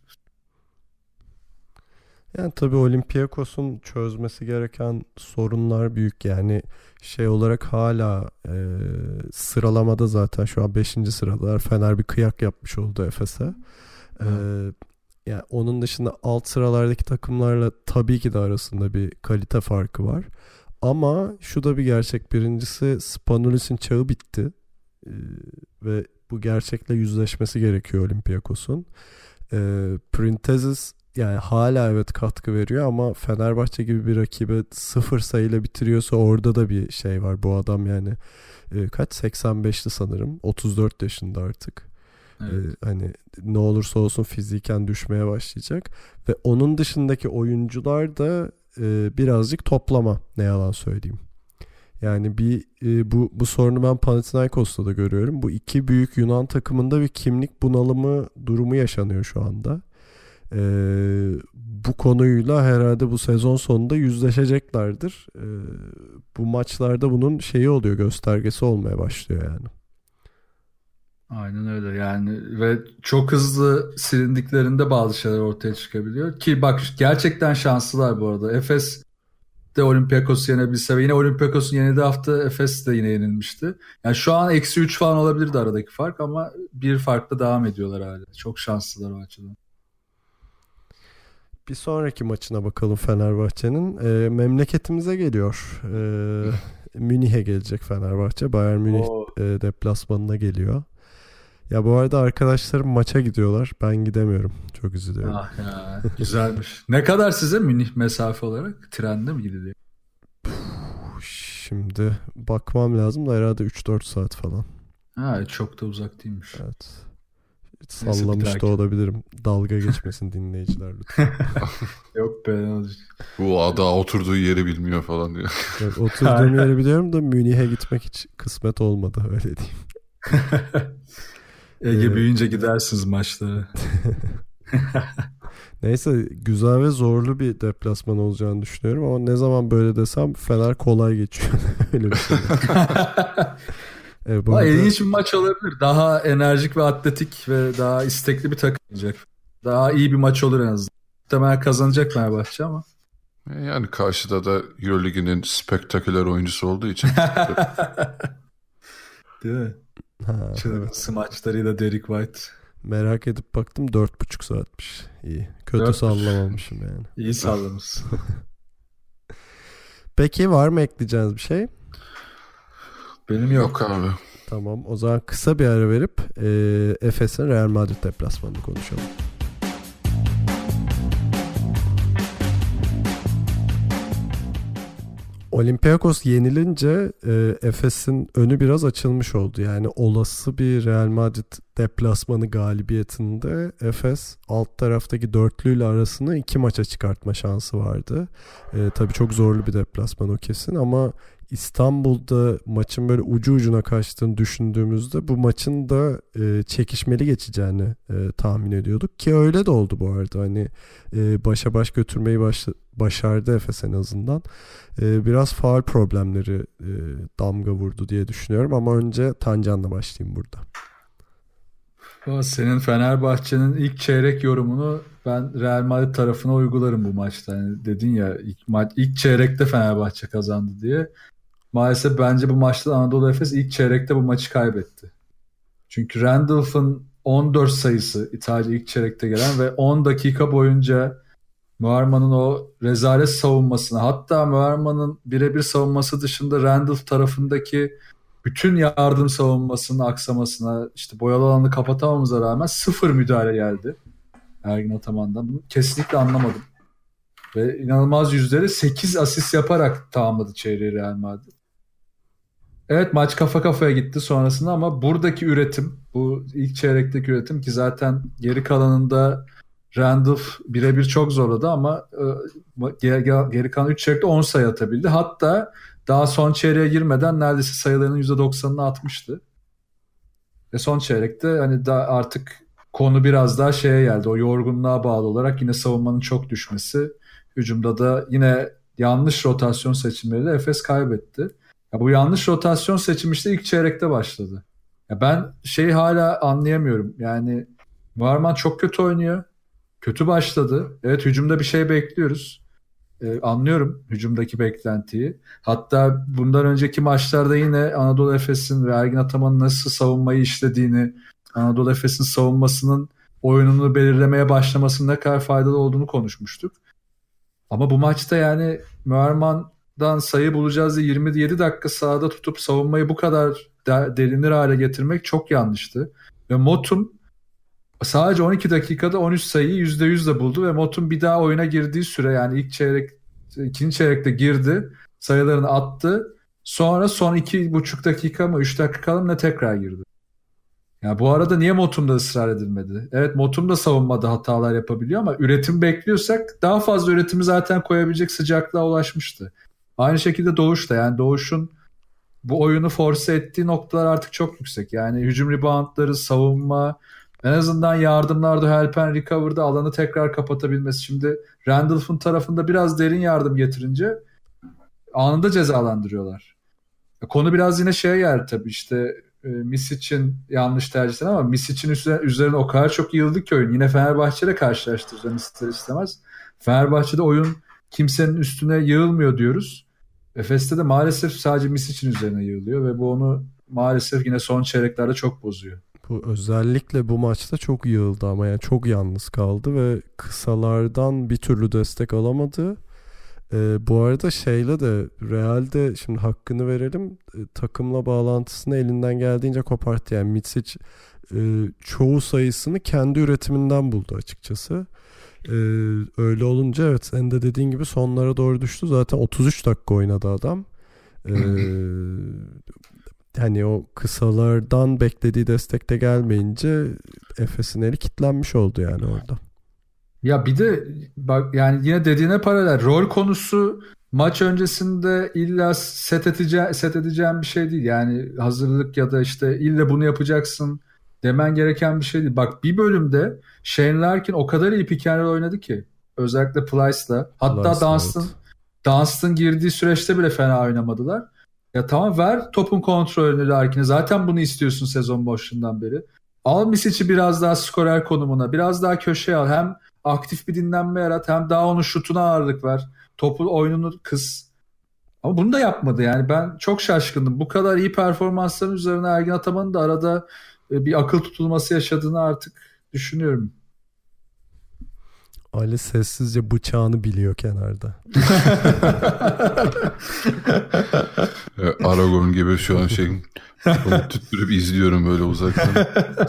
Yani tabii Olympiakos'un çözmesi gereken sorunlar büyük. Yani şey olarak hala sıralamada zaten şu an 5. sıradalar. Fener bir kıyak yapmış oldu Efes'e. Yani onun dışında alt sıralardaki takımlarla tabii ki de arasında bir kalite farkı var. Ama şu da bir gerçek. Birincisi Spanulis'in çağı bitti. Ve bu gerçekle yüzleşmesi gerekiyor Olympiakos'un. Printezis yani hala evet katkı veriyor ama Fenerbahçe gibi bir rakibe 0 sayıyla bitiriyorsa orada da bir şey var. Bu adam yani kaç? 85'li sanırım. 34 yaşında artık. Evet. Hani ne olursa olsun fiziken düşmeye başlayacak. Ve onun dışındaki oyuncular da birazcık toplama, ne yalan söyleyeyim. Yani bu sorunu ben Panathinaikos'ta da görüyorum. Bu iki büyük Yunan takımında bir kimlik bunalımı durumu yaşanıyor şu anda. Bu konuyla herhalde bu sezon sonunda yüzleşeceklerdir. Bu maçlarda bunun şeyi oluyor, göstergesi olmaya başlıyor yani. Aynen öyle yani ve çok hızlı silindiklerinde bazı şeyler ortaya çıkabiliyor ki bak gerçekten şanslılar bu arada. Efes de Olympiakos'u yenebilse ve yine Olympiakos'un yenildiği hafta Efes de yine yenilmişti. Yani şu an -3 falan olabilirdi aradaki fark ama bir farkla devam ediyorlar hala. Çok şanslılar o açıdan. Bir sonraki maçına bakalım Fenerbahçe'nin. Memleketimize geliyor. Münih'e gelecek Fenerbahçe. Bayern Münih deplasmanına geliyor. Ya bu arada arkadaşlarım maça gidiyorlar. Ben gidemiyorum. Çok üzülüyorum. Ah ya, güzelmiş. Ne kadar size Münih mesafe olarak? Trende mi gidiliyor? Şimdi bakmam lazım da herhalde 3-4 saat falan. Ha, çok da uzak değilmiş. Evet. Sallamış da olabilirim. Dalga geçmesin dinleyiciler lütfen. Yok be. Bu daha oturduğu yeri bilmiyor falan diyor. Evet, oturduğum yeri biliyorum da Münih'e gitmek hiç kısmet olmadı, öyle diyeyim. Ege büyüyünce gidersiniz maçlara. Neyse, güzel ve zorlu bir deplasman olacağını düşünüyorum ama ne zaman böyle desem Fener kolay geçiyor. Öyle bir şey. Arada... İlginç bir maç olabilir. Daha enerjik ve atletik ve daha istekli bir takım olacak. Daha iyi bir maç olur en azından. Muhtemelen kazanacak Fenerbahçe ama. Yani karşıda da Euroleague'nin spektaküler oyuncusu olduğu için. Değil mi? Evet. Maçlarıyla Derek White. Merak edip baktım 4,5 saatmiş. İyi. Kötü 4,5. sallamamışım yani. İyi sallamışsın. Peki var mı ekleyeceğiniz bir şey? Benim yok. Yok abi. Tamam, o zaman kısa bir ara verip Efes'in Real Madrid deplasmanını konuşalım. Olympiakos yenilince Efes'in önü biraz açılmış oldu. Yani olası bir Real Madrid deplasmanı galibiyetinde Efes alt taraftaki dörtlüyle arasını 2 maça çıkartma şansı vardı. Tabii çok zorlu bir deplasman o kesin ama İstanbul'da maçın böyle ucu ucuna kaçtığını düşündüğümüzde bu maçın da çekişmeli geçeceğini tahmin ediyorduk ki öyle de oldu bu arada. Hani başa baş götürmeyi başardı Efes en azından. Biraz faul problemleri damga vurdu diye düşünüyorum ama önce Tancan'la başlayayım burada. Senin Fenerbahçe'nin ilk çeyrek yorumunu ben Real Madrid tarafına uygularım bu maçta. Yani dedin ya ilk çeyrekte Fenerbahçe kazandı diye. Maalesef bence bu maçta Anadolu Efes ilk çeyrekte bu maçı kaybetti. Çünkü Randolph'ın 14 sayısı sadece ilk çeyrekte gelen ve 10 dakika boyunca Muharman'ın o rezalet savunmasına, hatta Muharman'ın birebir savunması dışında Randolph tarafındaki bütün yardım savunmasının aksamasına, işte boyalı alanı kapatamamıza rağmen 0 müdahale geldi Ergin Ataman'dan. Bunu kesinlikle anlamadım. Ve inanılmaz yüzleri 8 asist yaparak tamamladı çeyreği Real Madrid. Evet, maç kafa kafaya gitti sonrasında ama buradaki üretim, bu ilk çeyrekteki üretim ki zaten geri kalanında Randolph birebir çok zorladı ama geri kalan 3 çeyrekte 10 sayı atabildi. Hatta daha son çeyreğe girmeden neredeyse sayılarının %90'ını atmıştı. Ve son çeyrekte hani da artık konu biraz daha şeye geldi. O yorgunluğa bağlı olarak yine savunmanın çok düşmesi. Hücumda da yine yanlış rotasyon seçimleriyle Efes kaybetti. Ya bu yanlış rotasyon seçimi işte ilk çeyrekte başladı. Ya ben şeyi hala anlayamıyorum. Yani Muharman çok kötü oynuyor. Kötü başladı. Evet, hücumda bir şey bekliyoruz. Anlıyorum hücumdaki beklentiyi. Hatta bundan önceki maçlarda yine Anadolu Efes'in ve Ergin Ataman'ın nasıl savunmayı işlediğini, Anadolu Efes'in savunmasının oyununu belirlemeye başlamasının ne kadar faydalı olduğunu konuşmuştuk. Ama bu maçta yani Muharman'dan sayı bulacağız diye 27 dakika sahada tutup savunmayı bu kadar derinir hale getirmek çok yanlıştı. Ve Motum sadece 12 dakikada 13 sayıyı %100 de buldu ve Motum bir daha oyuna girdiği süre, yani ikinci çeyrekte girdi, sayılarını attı. Sonra son 2,5 dakika mı 3 dakika mı ne tekrar girdi. Yani bu arada niye Motum'da ısrar edilmedi? Evet, Motum da savunmada hatalar yapabiliyor ama üretim bekliyorsak daha fazla üretimi zaten koyabilecek sıcaklığa ulaşmıştı. Aynı şekilde Doğuş da, yani Doğuş'un bu oyunu force ettiği noktalar artık çok yüksek. Yani hücum reboundları, savunma, en azından yardımlarda, help and recover'da alanı tekrar kapatabilmesi. Şimdi Randolph'un tarafında biraz derin yardım getirince anında cezalandırıyorlar. Konu biraz yine şeye geldi tabii, işte Misic'in yanlış tercihleri ama Misic'in üzerine o kadar çok yığıldı ki oyun. Yine Fenerbahçe'yle karşılaştıracağım ister istemez. Fenerbahçe'de oyun kimsenin üstüne yığılmıyor diyoruz. Efes'te de maalesef sadece Misic'in üzerine yığılıyor ve bu onu maalesef yine son çeyreklerde çok bozuyor. Bu özellikle bu maçta çok yığıldı ama yani çok yalnız kaldı ve kısalardan bir türlü destek alamadı. Bu arada şeyle de Real'de şimdi hakkını verelim, takımla bağlantısını elinden geldiğince koparttı. Yani Micic çoğu sayısını kendi üretiminden buldu açıkçası. Öyle olunca evet, sen de dediğin gibi sonlara doğru düştü. Zaten 33 dakika oynadı adam. Hani o kısalardan beklediği destek de gelmeyince Efes'in eli kilitlenmiş oldu yani orada. Ya bir de bak, yani yine dediğine paralel rol konusu maç öncesinde illa set edeceğim bir şey değil. Yani hazırlık ya da işte illa bunu yapacaksın demen gereken bir şey değil. Bak, bir bölümde Shane Larkin o kadar iyi pick and roll oynadı ki, özellikle Plyce'la. Hatta Dunstan girdiği süreçte bile fena oynamadılar. Ya tamam, ver topun kontrolünü Larkin'e. Zaten bunu istiyorsun sezon başından beri. Al Misic'i biraz daha skorer konumuna, biraz daha köşeye al. Hem aktif bir dinlenme yarat, hem daha onun şutuna ağırlık ver. Topu oyununu kıs. Ama bunu da yapmadı yani. Ben çok şaşkındım. Bu kadar iyi performansların üzerine Ergin Ataman'ın da arada bir akıl tutulması yaşadığını artık düşünüyorum. Ali sessizce bıçağını biliyor kenarda. Aragorn gibi şu an tüttürüp izliyorum böyle uzaktan.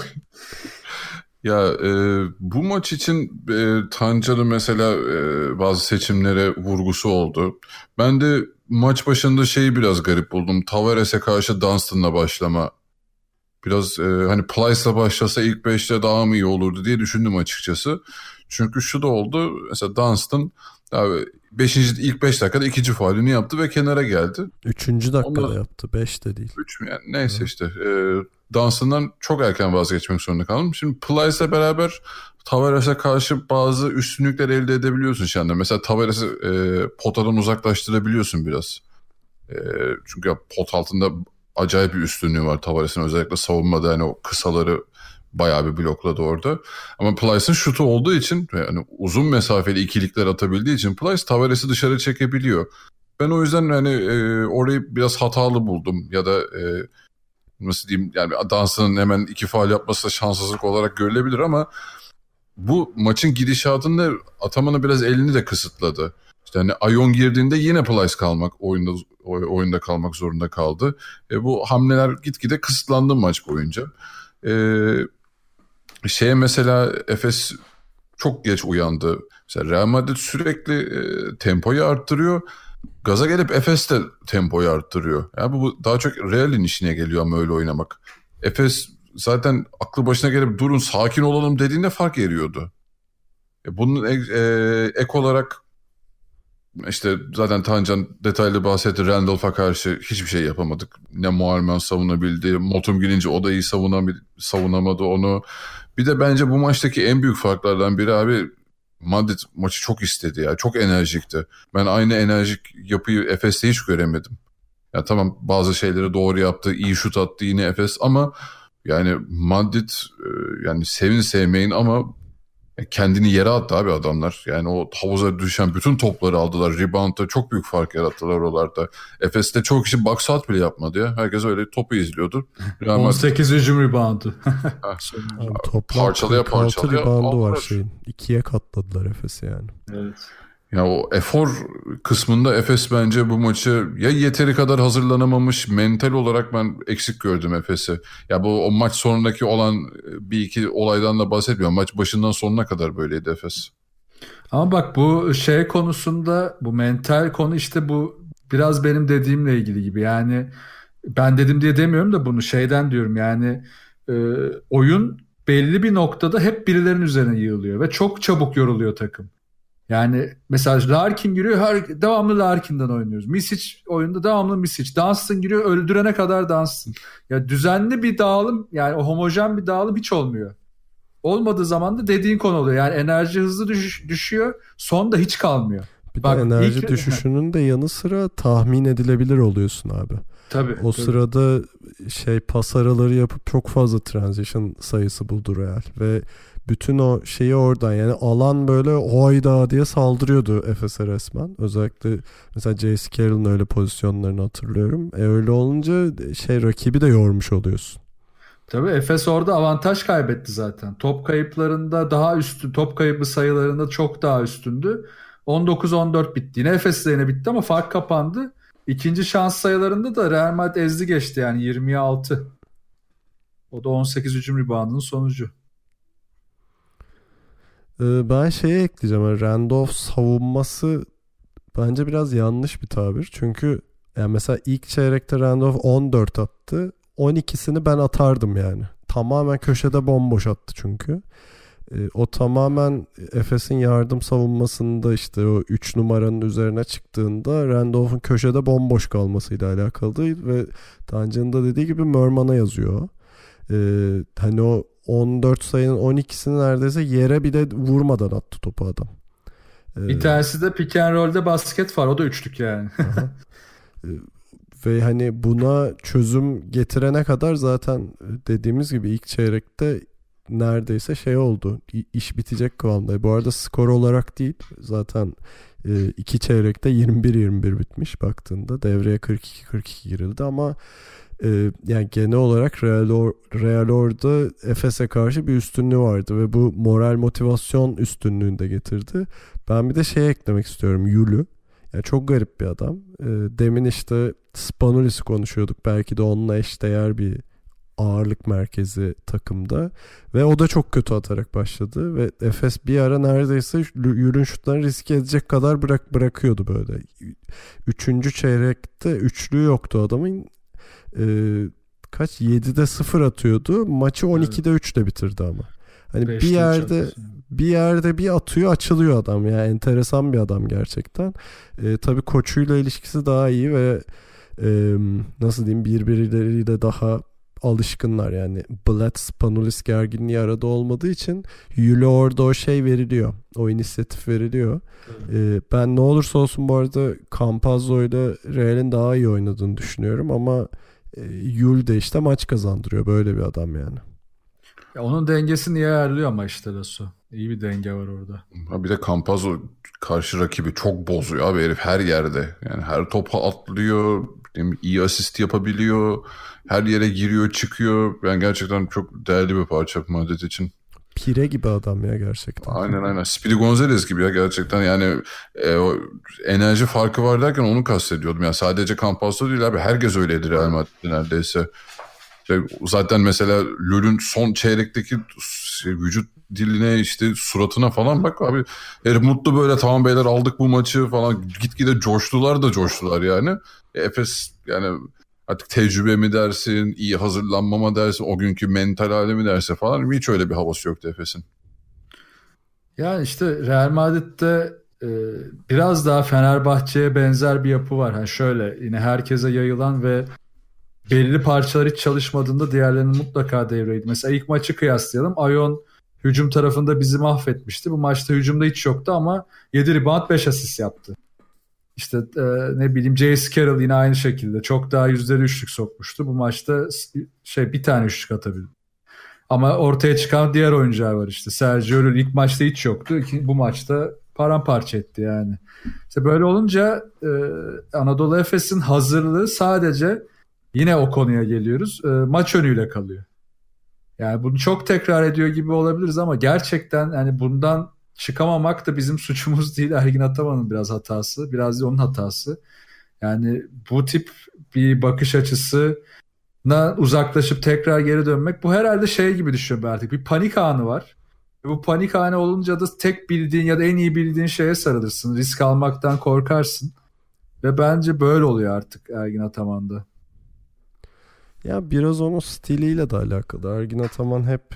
Ya bu maç için Tancan'ın mesela bazı seçimlere vurgusu oldu. Ben de maç başında şeyi biraz garip buldum. Tavares'e karşı Dunstan'la başlama. Biraz hani Plyce'la başlasa ilk 5'te daha mı iyi olurdu diye düşündüm açıkçası. Çünkü şu da oldu. Mesela Dunstan ilk 5 dakikada ikinci faulünü yaptı ve kenara geldi. 3. dakikada yaptı. 5'te değil. 3 mü yani? Neyse işte. Dunstan'dan çok erken vazgeçmek zorunda kaldım. Şimdi Plyce'la beraber Tavares'e karşı bazı üstünlükler elde edebiliyorsun şu anda. Mesela Tavares'i potadan uzaklaştırabiliyorsun biraz. Çünkü pot altında acayip bir üstünlüğü var Tavares'in. Özellikle savunmada yani o kısaları bayağı bir blokladı orada. Ama Plyce'ın şutu olduğu için yani uzun mesafeli ikilikler atabildiği için Plyce Tavares'i dışarı çekebiliyor. Ben o yüzden hani orayı biraz hatalı buldum. Ya da nasıl diyeyim yani Dunstan'ın hemen 2 faul yapması da şanssızlık olarak görülebilir ama bu maçın gidişatında Ataman'ın biraz elini de kısıtladı. İşte hani Ayon girdiğinde yine Plyce oyunda kalmak zorunda kaldı. Bu hamleler gitgide kısıtlandı maç boyunca. Mesela Efes çok geç uyandı. Mesela Real Madrid sürekli tempoyu arttırıyor. Gaza gelip Efes de tempoyu arttırıyor. Yani bu daha çok Real'in işine geliyor ama öyle oynamak. Efes zaten aklı başına gelip durun sakin olalım dediğinde fark eriyordu. Bunun ek olarak işte zaten Tancan detaylı bahsetti. Randolph'a karşı hiçbir şey yapamadık. Ne Muharrem savunabildi. Motum gelince o da iyi savunamadı onu. Bir de bence bu maçtaki en büyük farklardan biri abi Madrid maçı çok istedi ya. Çok enerjikti. Ben aynı enerjik yapıyı Efes'te hiç göremedim. Ya tamam bazı şeyleri doğru yaptı. İyi şut attı yine Efes ama yani Madrid yani sevin sevmeyin ama kendini yere attı abi adamlar. Yani o havuza düşen bütün topları aldılar. Rebound'da çok büyük fark yarattılar oralarda. Efes'te çok kişi box out bile yapmadı ya. Herkes öyle topu izliyordu. 18 hücum reboundu. Toplam parçalaya 46 reboundu var aldılar. şeyin. 2'ye katladılar Efes'i yani. Evet. Ya o efor kısmında Efes bence bu maçı ya yeteri kadar hazırlanamamış, mental olarak ben eksik gördüm Efes'i. Ya o maç sonraki olan bir iki olaydan da bahsetmiyorum. Maç başından sonuna kadar böyleydi Efes. Ama bak bu şey konusunda bu mental konu işte bu biraz benim dediğimle ilgili gibi. Yani ben dedim diye demiyorum da bunu şeyden diyorum yani oyun belli bir noktada hep birilerinin üzerine yığılıyor ve çok çabuk yoruluyor takım. Yani mesela Larkin giriyor devamlı Larkin'den oynuyoruz. Misic oyunda devamlı Misic. Dunstan giriyor öldürene kadar Dunstan. Ya düzenli bir dağılım yani o homojen bir dağılım hiç olmuyor. Olmadığı zaman da dediğin konu oluyor. Yani enerji hızlı düşüyor. Sonda hiç kalmıyor. Bir de enerji düşüşünün de yanı sıra tahmin edilebilir oluyorsun abi. Tabii. O sırada pas araları yapıp çok fazla transition sayısı buldu Real ve bütün o şeyi oradan yani alan böyle hoyda diye saldırıyordu Efes'e resmen. Özellikle mesela J.C. Carroll'ın öyle pozisyonlarını hatırlıyorum. Öyle olunca rakibi de yormuş oluyorsun. Tabii Efes orada avantaj kaybetti zaten. Top kayıplarında daha üstün, top kaybı sayılarında çok daha üstündü. 19-14 bitti. Yine Efes'le yine bitti ama fark kapandı. İkinci şans sayılarında da Real Madrid ezdi geçti yani 20'ye 6. O da 18 hücum reboundının sonucu. Ben ekleyeceğim. Randolph savunması bence biraz yanlış bir tabir. Çünkü yani mesela ilk çeyrekte Randolph 14 attı. 12'sini ben atardım yani. Tamamen köşede bomboş attı çünkü. O tamamen Efes'in yardım savunmasında işte o 3 numaranın üzerine çıktığında Randolph'un köşede bomboş kalmasıyla alakalı ve Tancan'ın da dediği gibi Merman'a yazıyor. Hani o 14 sayının 12'sini neredeyse yere bile vurmadan attı topu adam. Bir tanesi de pick and roll'de basket var. O da üçlük yani. Ve hani buna çözüm getirene kadar zaten dediğimiz gibi ilk çeyrekte neredeyse oldu. İş bitecek kıvamda. Bu arada skor olarak değil. Zaten iki çeyrekte 21-21 bitmiş baktığında. Devreye 42-42 girildi ama Yani genel olarak Real orada Efes'e karşı bir üstünlüğü vardı ve bu moral motivasyon üstünlüğünü de getirdi. Ben bir de şey eklemek istiyorum, Yulu. Yani çok garip bir adam. Demin işte Spanulis'i konuşuyorduk. Belki de onunla eşdeğer bir ağırlık merkezi takımda. Ve o da çok kötü atarak başladı. Ve Efes bir ara neredeyse Yul'un şutlarını riske edecek kadar bırakıyordu böyle. Üçüncü çeyrekte üçlü yoktu adamın. Kaç? 7'de 0 atıyordu. Maçı 12'de 3'le bitirdi ama. Hani bir yerde bir atıyor, açılıyor adam. Yani enteresan bir adam gerçekten. Tabii koçuyla ilişkisi daha iyi ve nasıl diyeyim, birbirleriyle daha alışkınlar. Yani Blatt Spanulis gerginliği arada olmadığı için Yule orada o şey veriliyor. O inisiyatif veriliyor. Ben ne olursa olsun bu arada Campazzo ile Real'in daha iyi oynadığını düşünüyorum ama Yule de işte maç kazandırıyor. Böyle bir adam yani. Ya onun dengesini iyi ayarlıyor ama işte Lasso. İyi bir denge var orada. Bir de Campazzo karşı rakibi çok bozuyor abi, herif her yerde. Yani her topa atlıyor, iyi asist yapabiliyor, her yere giriyor çıkıyor. Yani gerçekten çok değerli bir parça Madrid için. Pire gibi adam ya gerçekten. Aynen. Speedy Gonzalez gibi ya gerçekten. Yani o enerji farkı var derken onu kastediyordum. Yani sadece Campazzo değil abi, herkes öyleydi Real Madrid'de neredeyse. Zaten mesela LoL'ün son çeyrekteki vücut diline, işte suratına falan bak abi. Herif mutlu böyle, tamam beyler aldık bu maçı falan. Gitgide coştular yani. Efes yani artık tecrübe mi dersin, iyi hazırlanmama dersin, o günkü mental hali mi derse falan, hiç öyle bir havası yoktu Efes'in. Yani işte Real Madrid'de biraz daha Fenerbahçe'ye benzer bir yapı var. Yani şöyle, yine herkese yayılan ve belirli parçalar hiç çalışmadığında diğerlerinin mutlaka devreydi. Mesela ilk maçı kıyaslayalım. Ayon hücum tarafında bizi mahvetmişti. Bu maçta hücumda hiç yoktu ama 7 rebound 5 asist yaptı. İşte ne bileyim, J.C. Carroll yine aynı şekilde çok daha yüzleri üçlük sokmuştu. Bu maçta bir tane üçlük atabildi. Ama ortaya çıkan diğer oyuncular var işte. Sergio Llull ilk maçta hiç yoktu. Bu maçta paramparça etti yani. İşte böyle olunca Anadolu Efes'in hazırlığı sadece, yine o konuya geliyoruz, maç önüyle kalıyor. Yani bunu çok tekrar ediyor gibi olabiliriz ama gerçekten hani bundan çıkamamak da bizim suçumuz değil. Ergin Ataman'ın biraz hatası. Biraz da onun hatası. Yani bu tip bir bakış açısına uzaklaşıp tekrar geri dönmek, bu herhalde şey gibi düşünüyorum artık. Bir panik anı var. Bu panik anı olunca da tek bildiğin ya da en iyi bildiğin şeye sarılırsın. Risk almaktan korkarsın. Ve bence böyle oluyor artık Ergin Ataman'da. Ya biraz onun stiliyle de alakalı. Ergin Ataman hep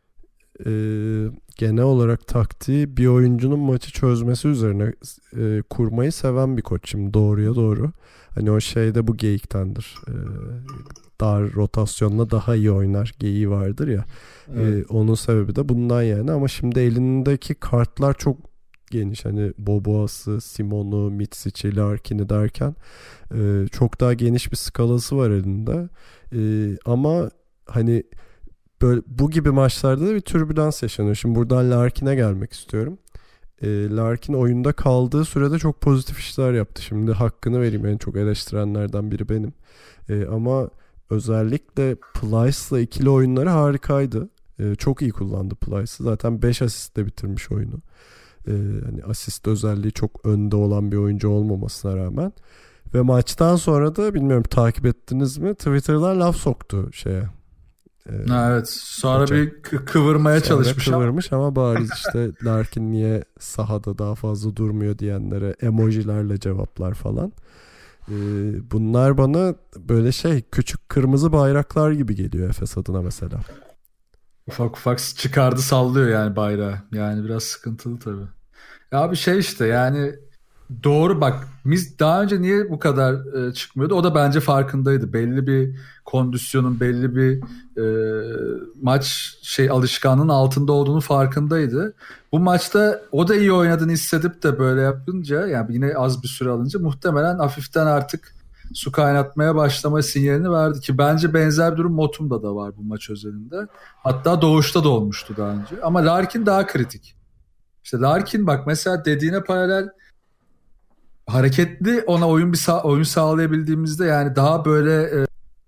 genel olarak taktiği bir oyuncunun maçı çözmesi üzerine kurmayı seven bir koç. Şimdi doğruya doğru. Hani o şeyde bu geyiktendir. Dar rotasyonla daha iyi oynar geyiği vardır ya. Evet. Onun sebebi de bundan yani. Ama şimdi elindeki kartlar çok geniş. Hani Boboa'sı, Simon'u, Mitsic'i, Larkin'i derken çok daha geniş bir skalası var elinde. Ama hani böyle bu gibi maçlarda da bir türbülans yaşanıyor. Şimdi buradan Larkin'e gelmek istiyorum. Larkin oyunda kaldığı sürede çok pozitif işler yaptı. Şimdi hakkını vereyim, en çok eleştirenlerden biri benim. Ama özellikle Plyce'la ikili oyunları harikaydı. Çok iyi kullandı Plyce'ı. Zaten 5 asistle bitirmiş oyunu. Hani asist özelliği çok önde olan bir oyuncu olmamasına rağmen. Ve maçtan sonra da bilmiyorum takip ettiniz mi, Twitter'dan laf soktu şeye. Evet. Sonra hocam bir kıvırmaya çalışmış ama bariz işte Larkin niye sahada daha fazla durmuyor diyenlere emojilerle cevaplar falan. Bunlar bana böyle küçük kırmızı bayraklar gibi geliyor Efes adına mesela. Ufak ufak çıkardı sallıyor yani bayrağı. Yani biraz sıkıntılı tabii. Ya bir işte yani doğru bak, biz daha önce niye bu kadar çıkmıyordu? O da bence farkındaydı. Belli bir kondisyonun, belli bir maç alışkanlığının altında olduğunu farkındaydı. Bu maçta o da iyi oynadığını hissedip de böyle yapınca, yani yine az bir süre alınca muhtemelen hafiften artık su kaynatmaya başlama sinyalini verdi ki bence benzer bir durum Motum'da da var bu maç özelinde. Hatta Doğuş'ta da olmuştu daha önce. Ama Larkin daha kritik. İşte Larkin bak mesela dediğine paralel hareketli ona oyun sağlayabildiğimizde, yani daha böyle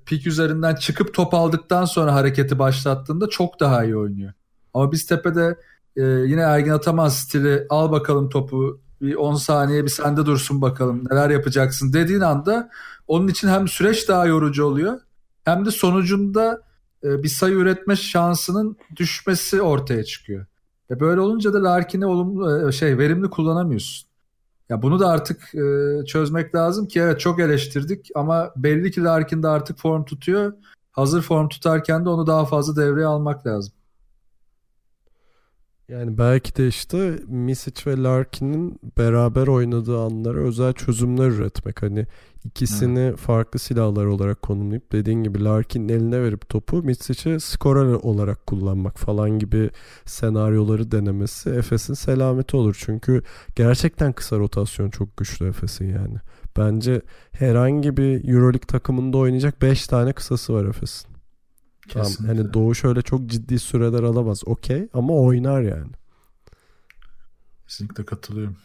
pik üzerinden çıkıp top aldıktan sonra hareketi başlattığında çok daha iyi oynuyor. Ama biz tepede yine Ergin Ataman stili al bakalım topu bir 10 saniye bir sende dursun bakalım neler yapacaksın dediğin anda onun için hem süreç daha yorucu oluyor hem de sonucunda bir sayı üretme şansının düşmesi ortaya çıkıyor. Böyle olunca da Larkin'i verimli kullanamıyorsun. Ya bunu da artık çözmek lazım ki evet çok eleştirdik ama belli ki Larkin de artık form tutuyor. Hazır form tutarken de onu daha fazla devreye almak lazım. Yani belki de işte Misic ve Larkin'in beraber oynadığı anlara özel çözümler üretmek. Hani ikisini farklı silahlar olarak konumlayıp dediğin gibi Larkin'in eline verip topu Misic'e skorer olarak kullanmak falan gibi senaryoları denemesi Efes'in selameti olur. Çünkü gerçekten kısa rotasyon çok güçlü Efes'in yani. Bence herhangi bir EuroLeague takımında oynayacak 5 tane kısası var Efes'in. Tamam, hani Doğu şöyle çok ciddi süreler alamaz. Okey ama oynar yani. Kesinlikle katılıyorum.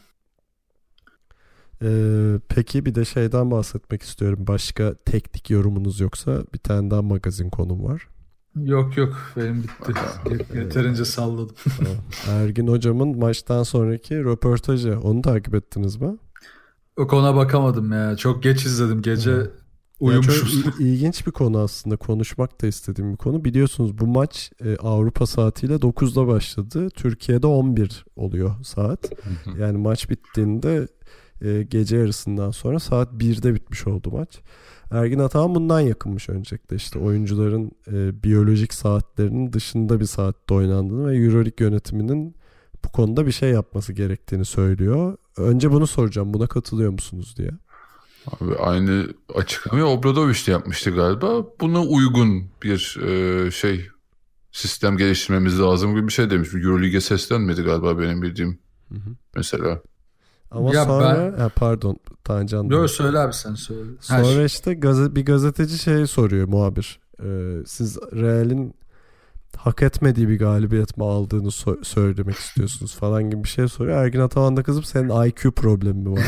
Peki bir de şeyden bahsetmek istiyorum. Başka teknik yorumunuz yoksa bir tane daha magazin konum var. Yok benim bitti. Yeterince salladım. Tamam. Ergin hocamın maçtan sonraki röportajı onu takip ettiniz mi? Yok ona bakamadım ya. Çok geç izledim gece. Uyumuşum. Çok ilginç bir konu aslında. Konuşmak da istediğim bir konu. Biliyorsunuz bu maç Avrupa saatiyle 9'da başladı. Türkiye'de 11 oluyor saat. Yani maç bittiğinde gece yarısından sonra saat 1'de bitmiş oldu maç. Ergin Ataman bundan yakınmış öncelikle. İşte oyuncuların biyolojik saatlerinin dışında bir saatte oynandığını ve EuroLeague yönetiminin bu konuda bir şey yapması gerektiğini söylüyor. Önce bunu soracağım. Buna katılıyor musunuz diye. Abi aynı açıklamayı Obradoviç de yapmıştı galiba. Buna uygun bir sistem geliştirmemiz lazım gibi bir şey demiş. Euroleague'e seslenmedi galiba benim bildiğim mesela. Ama ya sonra pardon Tancan. Yok söyle abi sen söyle. Sonra işte bir gazeteci soruyor muhabir. Siz Real'in hak etmediği bir galibiyet mi aldığını söylemek istiyorsunuz falan gibi bir şey soruyor. Ergin Ataman da kızıp senin IQ problemi mi var?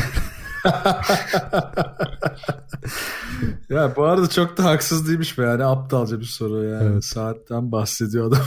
Ya bu arada çok da haksız değilmiş be yani aptalca bir soru yani. Evet. Saatten bahsediyor adam.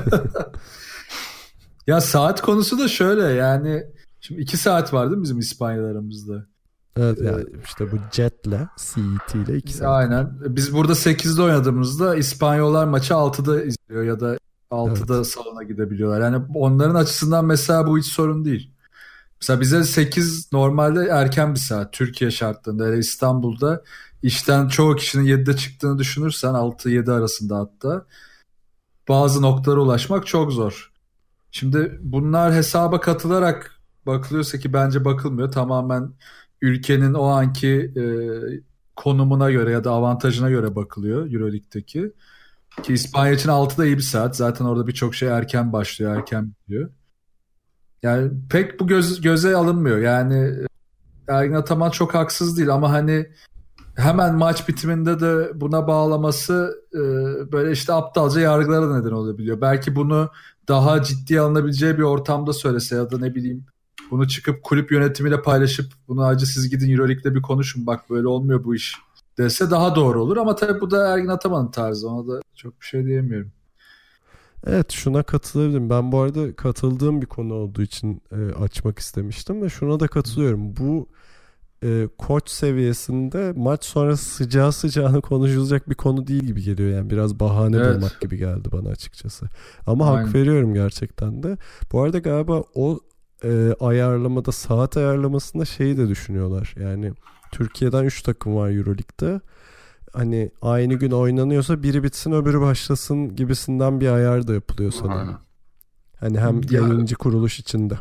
Ya saat konusu da şöyle yani şimdi 2 saat var değil mi bizim İspanyol aramızda? Evet yani işte bu jetle CET ile 2 saat. Aynen. Biz burada 8'de oynadığımızda İspanyollar maçı 6'da izliyor ya da 6'da salona gidebiliyorlar. Yani onların açısından mesela bu hiç sorun değil. Mesela bize 8 normalde erken bir saat Türkiye şartlarında. Yani İstanbul'da işten çoğu kişinin 7'de çıktığını düşünürsen 6-7 arasında hatta bazı noktalara ulaşmak çok zor. Şimdi bunlar hesaba katılarak bakılıyorsa ki bence bakılmıyor. Tamamen ülkenin o anki konumuna göre ya da avantajına göre bakılıyor EuroLeague'deki. Ki İspanya için 6'da iyi bir saat. Zaten orada birçok şey erken başlıyor, erken bitiyor. Yani pek bu göze alınmıyor. Yani Ergin Ataman çok haksız değil ama hani hemen maç bitiminde de buna bağlaması böyle işte aptalca yargılara neden olabiliyor. Belki bunu daha ciddiye alınabileceği bir ortamda söylese ya da ne bileyim bunu çıkıp kulüp yönetimiyle paylaşıp bunu acı siz gidin EuroLeague'de bir konuşun bak böyle olmuyor bu iş dese daha doğru olur ama tabii bu da Ergin Ataman'ın tarzı ona da çok bir şey diyemiyorum. Evet şuna katılabilirim. Ben bu arada katıldığım bir konu olduğu için açmak istemiştim ve şuna da katılıyorum. Bu koç seviyesinde maç sonrası sıcağı sıcağına konuşulacak bir konu değil gibi geliyor. Yani biraz bahane bulmak gibi geldi bana açıkçası. Ama hak veriyorum gerçekten de. Bu arada galiba o ayarlamada saat ayarlamasında şeyi de düşünüyorlar. Yani Türkiye'den 3 takım var EuroLeague'de. Hani aynı gün oynanıyorsa biri bitsin öbürü başlasın gibisinden bir ayar da yapılıyor sanırım. Hani hem yayıncı kuruluş içinde.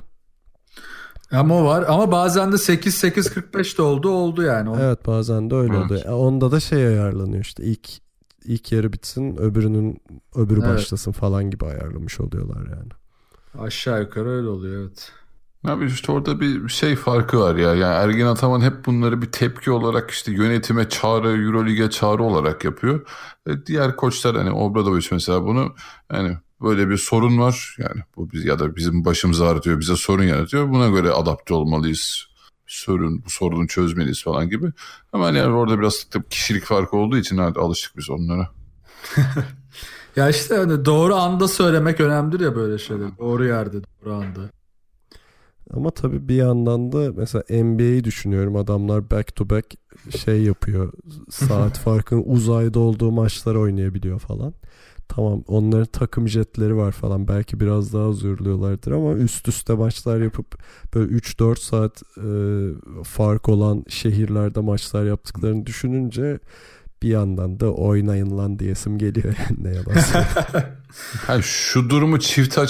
Ama o var ama bazen de 8-8.45 de oldu yani. Evet bazen de öyle oluyor. Onda da şey ayarlanıyor işte ilk yarı bitsin öbürü başlasın falan gibi ayarlamış oluyorlar yani. Aşağı yukarı öyle oluyor evet. Abi işte orada bir şey farkı var ya. Yani Ergin Ataman hep bunları bir tepki olarak işte yönetime çağrı, Euroleague'e çağrı olarak yapıyor. Diğer koçlar hani Obradoviç mesela bunu yani böyle bir sorun var. Yani bu ya da bizim başımız ağrıtıyor, bize sorun yaratıyor. Buna göre adapte olmalıyız sorun, bu sorunu çözmeliyiz falan gibi. Ama yani orada biraz tabii kişilik farkı olduğu için alıştık biz onlara. Ya işte hani doğru anda söylemek önemlidir ya böyle şeyler. Doğru yerde, doğru anda. Ama tabii bir yandan da mesela NBA'yi düşünüyorum. Adamlar back to back şey yapıyor. Saat farkının uzayda olduğu maçlar oynayabiliyor falan. Tamam, onların takım jetleri var falan. Belki biraz daha zorluyorlardır ama üst üste maçlar yapıp böyle 3-4 saat fark olan şehirlerde maçlar yaptıklarını düşününce bir yandan da oynayın lan diyesim geliyor yani, ne yalan söyleyeyim. Yani şu durumu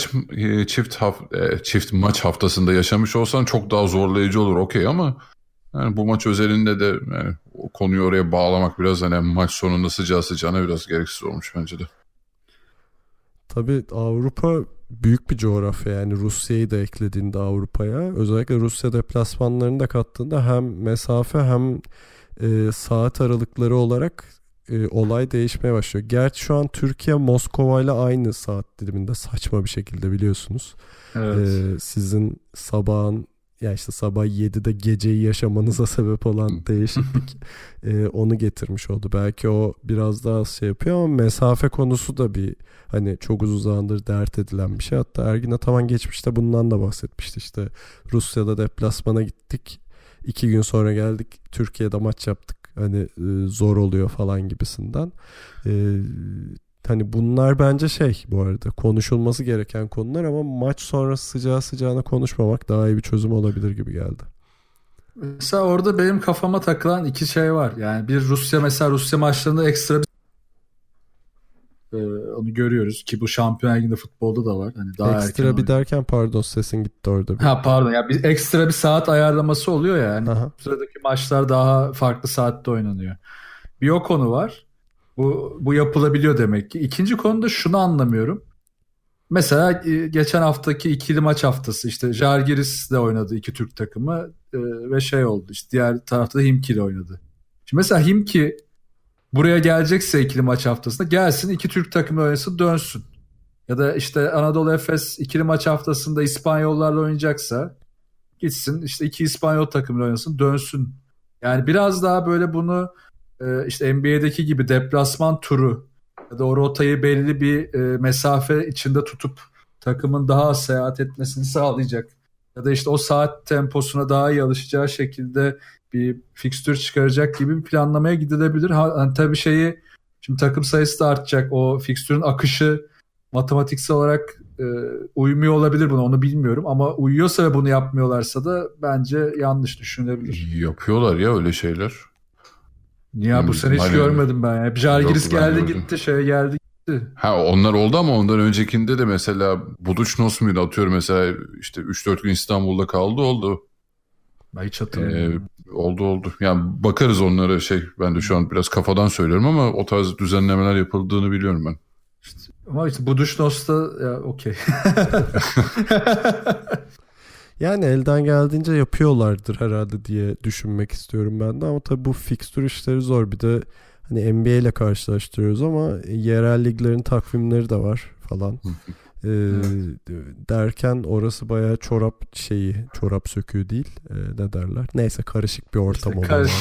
çift maç haftasında yaşamış olsan çok daha zorlayıcı olur, okey, ama yani bu maç özelinde de yani o konuyu oraya bağlamak biraz hani maç sonunda sıcağı sıcağına biraz gereksiz olmuş bence de. Tabii Avrupa büyük bir coğrafya, yani Rusya'yı da eklediğinde Avrupa'ya, özellikle Rusya deplasmanlarını da kattığında hem mesafe hem saat aralıkları olarak olay değişmeye başlıyor. Gerçi şu an Türkiye Moskova ile aynı saat diliminde saçma bir şekilde, biliyorsunuz. Evet. Sizin sabahın, ya işte sabah 7'de geceyi yaşamanıza sebep olan değişiklik onu getirmiş oldu. Belki o biraz daha şey yapıyor ama mesafe konusu da bir hani çok uzun zamandır dert edilen bir şey. Hatta Ergin Ataman geçmişte bundan da bahsetmişti. İşte Rusya'da deplasmana gittik. 2 gün sonra geldik. Türkiye'de maç yaptık. Hani zor oluyor falan gibisinden. Hani bunlar bence bu arada konuşulması gereken konular ama maç sonrası sıcağı sıcağına konuşmamak daha iyi bir çözüm olabilir gibi geldi. Mesela orada benim kafama takılan iki şey var. Yani bir Rusya maçlarında ekstra onu görüyoruz ki bu Şampiyonlar Ligi'nde futbolda da var. Hani daha ekstra erken bir derken, pardon sesin gitti orada. Pardon ya, bir ekstra bir saat ayarlaması oluyor ya. Yani sıradaki maçlar daha farklı saatte oynanıyor. Bir o konu var. Bu yapılabiliyor demek ki. İkinci konuda şunu anlamıyorum. Mesela geçen haftaki ikili maç haftası işte Žalgiris'le oynadı iki Türk takımı ve oldu. İşte diğer tarafta da Himki ile oynadı. Şimdi mesela Himki buraya gelecekse ikili maç haftasında gelsin, iki Türk takımı oynasın, dönsün. Ya da işte Anadolu Efes ikili maç haftasında İspanyollarla oynayacaksa gitsin işte iki İspanyol takımıyla oynasın, dönsün. Yani biraz daha böyle bunu işte NBA'deki gibi deplasman turu ya da o rotayı belli bir mesafe içinde tutup takımın daha az seyahat etmesini sağlayacak. Ya da işte o saat temposuna daha iyi alışacağı şekilde bir fikstür çıkaracak gibi bir planlamaya gidilebilir. Hani tabii şimdi takım sayısı da artacak. O fikstürün akışı matematiksel olarak uymuyor olabilir buna, onu bilmiyorum. Ama uyuyorsa ve bunu yapmıyorlarsa da bence yanlış düşünülebilir. Yapıyorlar ya öyle şeyler. Ya bu sene hiç görmedim ben. Yani Žalgiris geldi gördüm. gitti, geldi gitti. Onlar oldu ama ondan öncekinde de mesela Budućnost muydu, atıyorum mesela işte 3-4 gün İstanbul'da kaldı, oldu. Ben hiç hatırlamıyorum. Oldu. Yani bakarız onlara, ben de şu an biraz kafadan söylüyorum ama o tarz düzenlemeler yapıldığını biliyorum ben. Ama işte Budućnost'ta ya okey. Yani elden geldiğince yapıyorlardır herhalde diye düşünmek istiyorum ben de, ama tabii bu fikstür işleri zor. Bir de hani NBA ile karşılaştırıyoruz ama yerel liglerin takvimleri de var falan. Derken orası bayağı çorap söküğü değil, ne derler, neyse karışık bir ortam oluyor.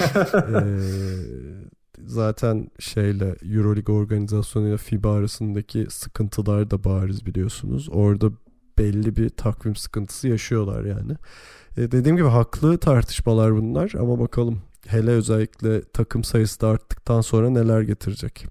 Zaten Euroleague organizasyonuyla FIBA arasındaki sıkıntılar da bariz, biliyorsunuz. Orada belli bir takvim sıkıntısı yaşıyorlar yani. Dediğim gibi haklı tartışmalar bunlar ama bakalım, hele özellikle takım sayısı da arttıktan sonra neler getirecek.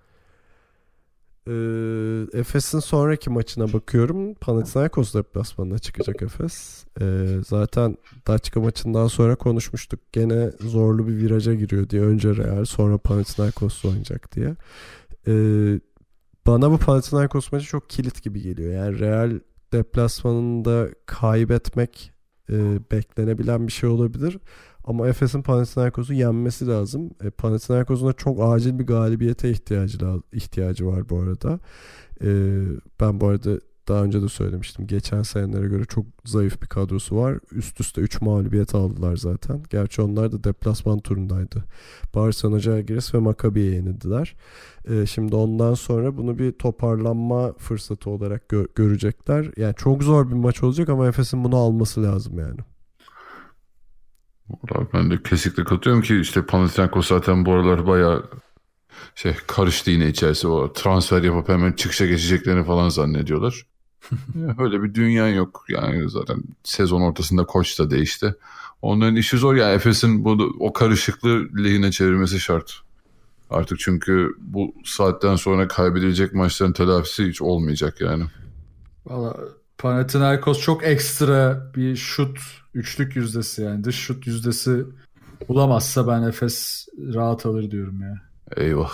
Efes'in sonraki maçına bakıyorum. Panathinaikos deplasmanına çıkacak Efes. Zaten Daçka maçından sonra konuşmuştuk. Gene zorlu bir viraja giriyor diye. Önce Real, sonra Panathinaikos oynayacak diye. Bana bu Panathinaikos maçı çok kilit gibi geliyor. Yani Real deplasmanında kaybetmek beklenebilen bir şey olabilir. Ama Efes'in Panathinaikos'u yenmesi lazım. Panathinaikos'un da çok acil bir galibiyete ihtiyacı var bu arada. Ben bu arada daha önce de söylemiştim. Geçen senelere göre çok zayıf bir kadrosu var. Üst üste 3 mağlubiyet aldılar zaten. Gerçi onlar da deplasman turundaydı. Barcelona, Žalgiris ve Maccabi'ye yenildiler. Şimdi ondan sonra bunu bir toparlanma fırsatı olarak görecekler. Yani çok zor bir maç olacak ama Efes'in bunu alması lazım yani. Vallahi ben de kesinlikle katılıyorum ki işte Panathinaikos zaten bu aralar bayağı karıştı yine içerisi. O transfer yapıp hemen çıkışa geçeceklerini falan zannediyorlar. Öyle bir dünya yok. Yani zaten sezon ortasında koç da değişti. Onların işi zor. Yani Efes'in o karışıklığı lehine çevirmesi şart. Artık çünkü bu saatten sonra kaybedilecek maçların telafisi hiç olmayacak yani. Valla Panathinaikos çok ekstra bir üçlük yüzdesi yani dış şut yüzdesi bulamazsa ben Efes rahat alır diyorum ya. Eyvah.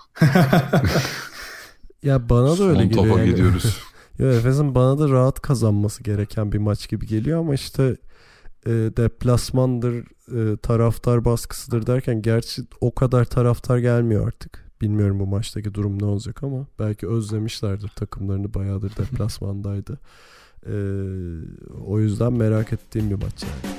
Ya bana da öyle Son geliyor. topa Yani. gidiyoruz. Ya Efes'in bana da rahat kazanması gereken bir maç gibi geliyor ama işte deplasmandır, taraftar baskısıdır derken gerçi o kadar taraftar gelmiyor artık. Bilmiyorum bu maçtaki durum ne olacak ama belki özlemişlerdir takımlarını, bayağıdır deplasmandaydı. O yüzden merak ettiğim bir maç yani.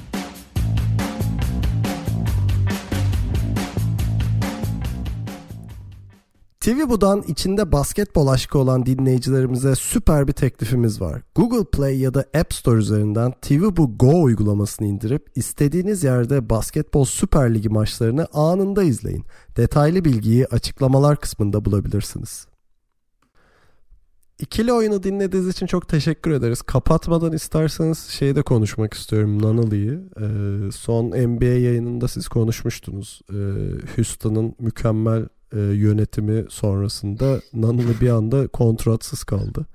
TVBU'dan içinde basketbol aşkı olan dinleyicilerimize süper bir teklifimiz var. Google Play ya da App Store üzerinden TVBU Go uygulamasını indirip istediğiniz yerde Basketbol Süper Ligi maçlarını anında izleyin. Detaylı bilgiyi açıklamalar kısmında bulabilirsiniz. İkili oyunu dinlediğiniz için çok teşekkür ederiz. Kapatmadan isterseniz de konuşmak istiyorum, Nunnally'yi. Son NBA yayınında siz konuşmuştunuz. Houston'ın mükemmel yönetimi sonrasında Nunnally bir anda kontratsız kaldı.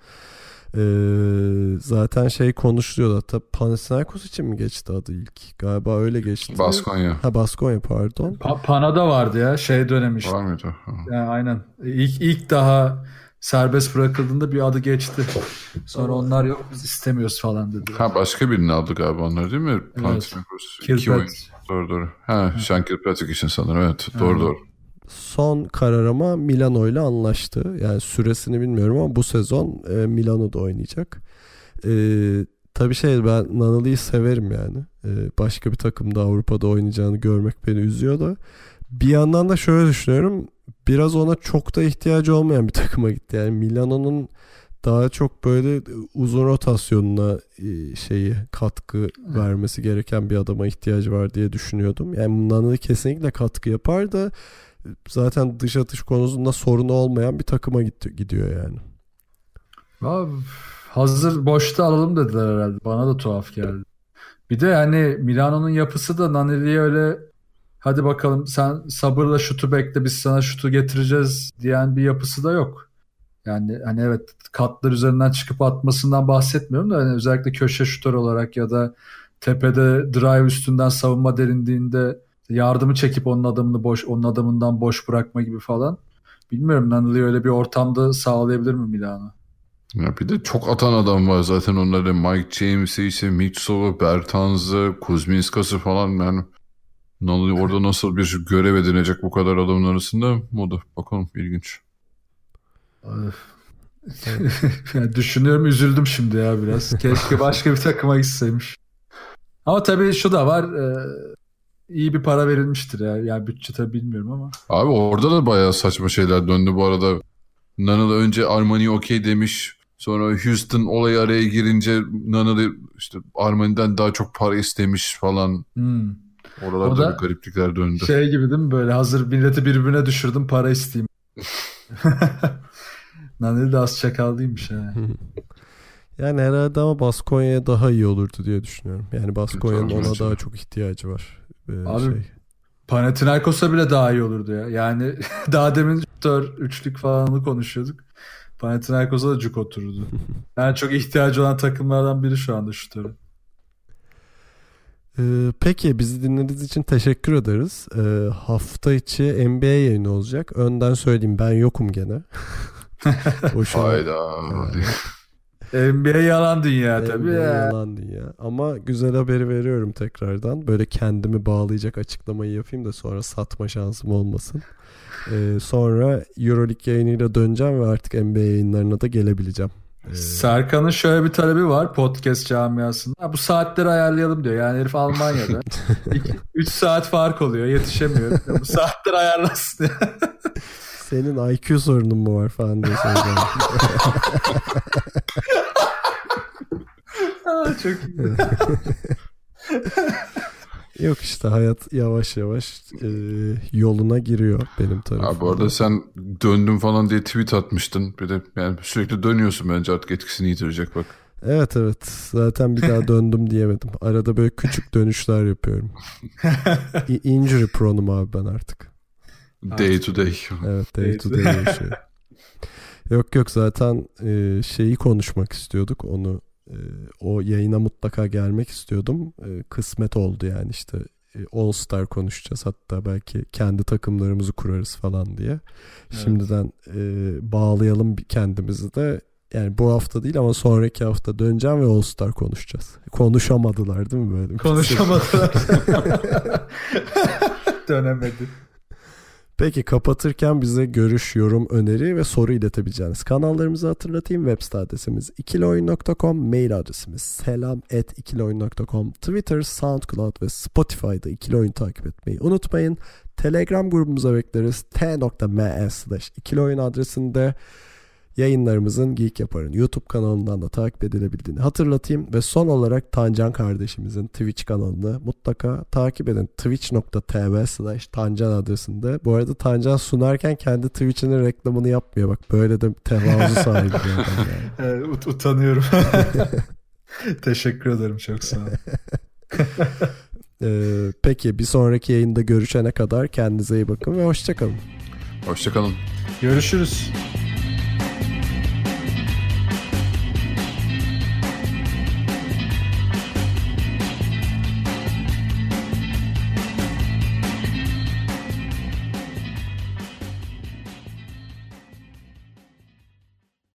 Zaten konuşuluyordu, hatta Panathinaikos için mi geçti adı ilk? Galiba öyle geçti. Baskonya. Baskonya pardon. Pana'da vardı ya dönem işte. Var mıydı? Yani aynen. İlk daha serbest bırakıldığında bir adı geçti. Sonra onlar yok biz istemiyoruz falan dedi. Başka birini aldı galiba onlar değil mi? Evet. Kilpatrick. Doğru. Sean Kilpatrick için sanırım. Evet. Doğru. Son karar ama Milano ile anlaştı. Yani süresini bilmiyorum ama bu sezon Milano'da oynayacak. Tabii ben Nunnally'yi severim yani. Başka bir takımda Avrupa'da oynayacağını görmek beni üzüyor da. Bir yandan da şöyle düşünüyorum. Biraz ona çok da ihtiyacı olmayan bir takıma gitti. Yani Milano'nun daha çok böyle uzun rotasyonuna katkı vermesi gereken bir adama ihtiyacı var diye düşünüyordum. Yani Nunnally kesinlikle katkı yapar da zaten dış atış konusunda sorunu olmayan bir takıma gidiyor yani. Abi, hazır boşta alalım dediler herhalde. Bana da tuhaf geldi. Bir de yani Milano'nun yapısı da Nunnally'ye öyle hadi bakalım sen sabırla şutu bekle biz sana şutu getireceğiz diyen bir yapısı da yok. Yani hani evet katlar üzerinden çıkıp atmasından bahsetmiyorum da hani özellikle köşe şutör olarak ya da tepede drive üstünden savunma derinliğinde yardımı çekip onun adamından boş bırakma gibi falan. Bilmiyorum Nunnally öyle bir ortamda sağlayabilir mi Milano? Ya bir de çok atan adam var zaten onların. Mike James'i, Mitsov'u, Bertans'ı, Kuzminskas'ı falan yani. Nunnally orada nasıl bir görev edinecek bu kadar adamın arasında? O da bakalım ilginç. Yani düşünüyorum üzüldüm şimdi ya biraz. Keşke başka bir takıma gitseymiş. Ama tabii şu da var. İyi bir para verilmiştir ya. Yani bütçe tabii bilmiyorum ama. Abi orada da bayağı saçma şeyler döndü bu arada. Nunnally önce Armani okey demiş. Sonra Houston olayı araya girince Nunnally işte Armani'den daha çok para istemiş falan. Oralarda bir gariplikler döndü. Gibi değil mi böyle hazır milleti birbirine düşürdüm para isteyeyim. Nunnally de az çakal değilmiş ha. Yani herhalde ama Baskonya'ya daha iyi olurdu diye düşünüyorum. Yani Baskonya'nın ona daha çok ihtiyacı var. Abi Panathinaikos'a bile daha iyi olurdu ya. Yani daha demin üçlük falanı konuşuyorduk. Panathinaikos'a da cuk otururdu. Yani çok ihtiyacı olan takımlardan biri şu anda şutörü. Peki bizi dinlediğiniz için teşekkür ederiz. Hafta içi NBA yayını olacak. Önden söyleyeyim ben yokum gene. Hayda. NBA yalan dünya tabii. NBA yalan dünya. Ama güzel haberi veriyorum tekrardan. Böyle kendimi bağlayacak açıklamayı yapayım da sonra satma şansım olmasın. Sonra Euroleague yayınıyla döneceğim ve artık NBA yayınlarına da gelebileceğim. Serkan'ın şöyle bir talebi var podcast camiasında. Bu saatleri ayarlayalım diyor. Yani herif Almanya'da. 3 saat fark oluyor. Yetişemiyor. Bu saatleri ayarlasın diye. Senin IQ sorunun mu var falan diye söyleyeceğim. Çok iyi. Yok işte hayat yavaş yavaş yoluna giriyor benim tarafımda. Bu arada sen döndüm falan diye tweet atmıştın. Bir de yani sürekli dönüyorsun, bence artık etkisini yitirecek bak. Evet. Zaten bir daha döndüm diyemedim. Arada böyle küçük dönüşler yapıyorum. Injury prone'um abi ben artık. Day to day. Evet, day to day yaşıyorum. Yok zaten şeyi konuşmak istiyorduk. Onu o yayına mutlaka gelmek istiyordum. Kısmet oldu yani işte All Star konuşacağız. Hatta belki kendi takımlarımızı kurarız falan diye. Evet. Şimdiden bağlayalım kendimizi de. Yani bu hafta değil ama sonraki hafta döneceğim ve All Star konuşacağız. Konuşamadılar değil mi böyle? Konuşamadılar. Dönemedi. Peki kapatırken bize görüş, yorum, öneri ve soru iletebileceğiniz kanallarımızı hatırlatayım. Web site adresimiz ikilioyun.com, mail adresimiz selam@ikilioyun.com, Twitter, SoundCloud ve Spotify'da İkili Oyun takip etmeyi unutmayın. Telegram grubumuza bekleriz. t.me/ikilioyun adresinde. Yayınlarımızın Geek Yapar'ın YouTube kanalından da takip edilebildiğini hatırlatayım. Ve son olarak Tancan kardeşimizin Twitch kanalını mutlaka takip edin. twitch.tv/Tancan adresinde. Bu arada Tancan sunarken kendi Twitch'inin reklamını yapmıyor. Bak böyle de tevazu sahibi. Yani. Utanıyorum. Teşekkür ederim, çok sağ olun. Peki bir sonraki yayında görüşene kadar kendinize iyi bakın ve hoşçakalın. Hoşçakalın. Görüşürüz.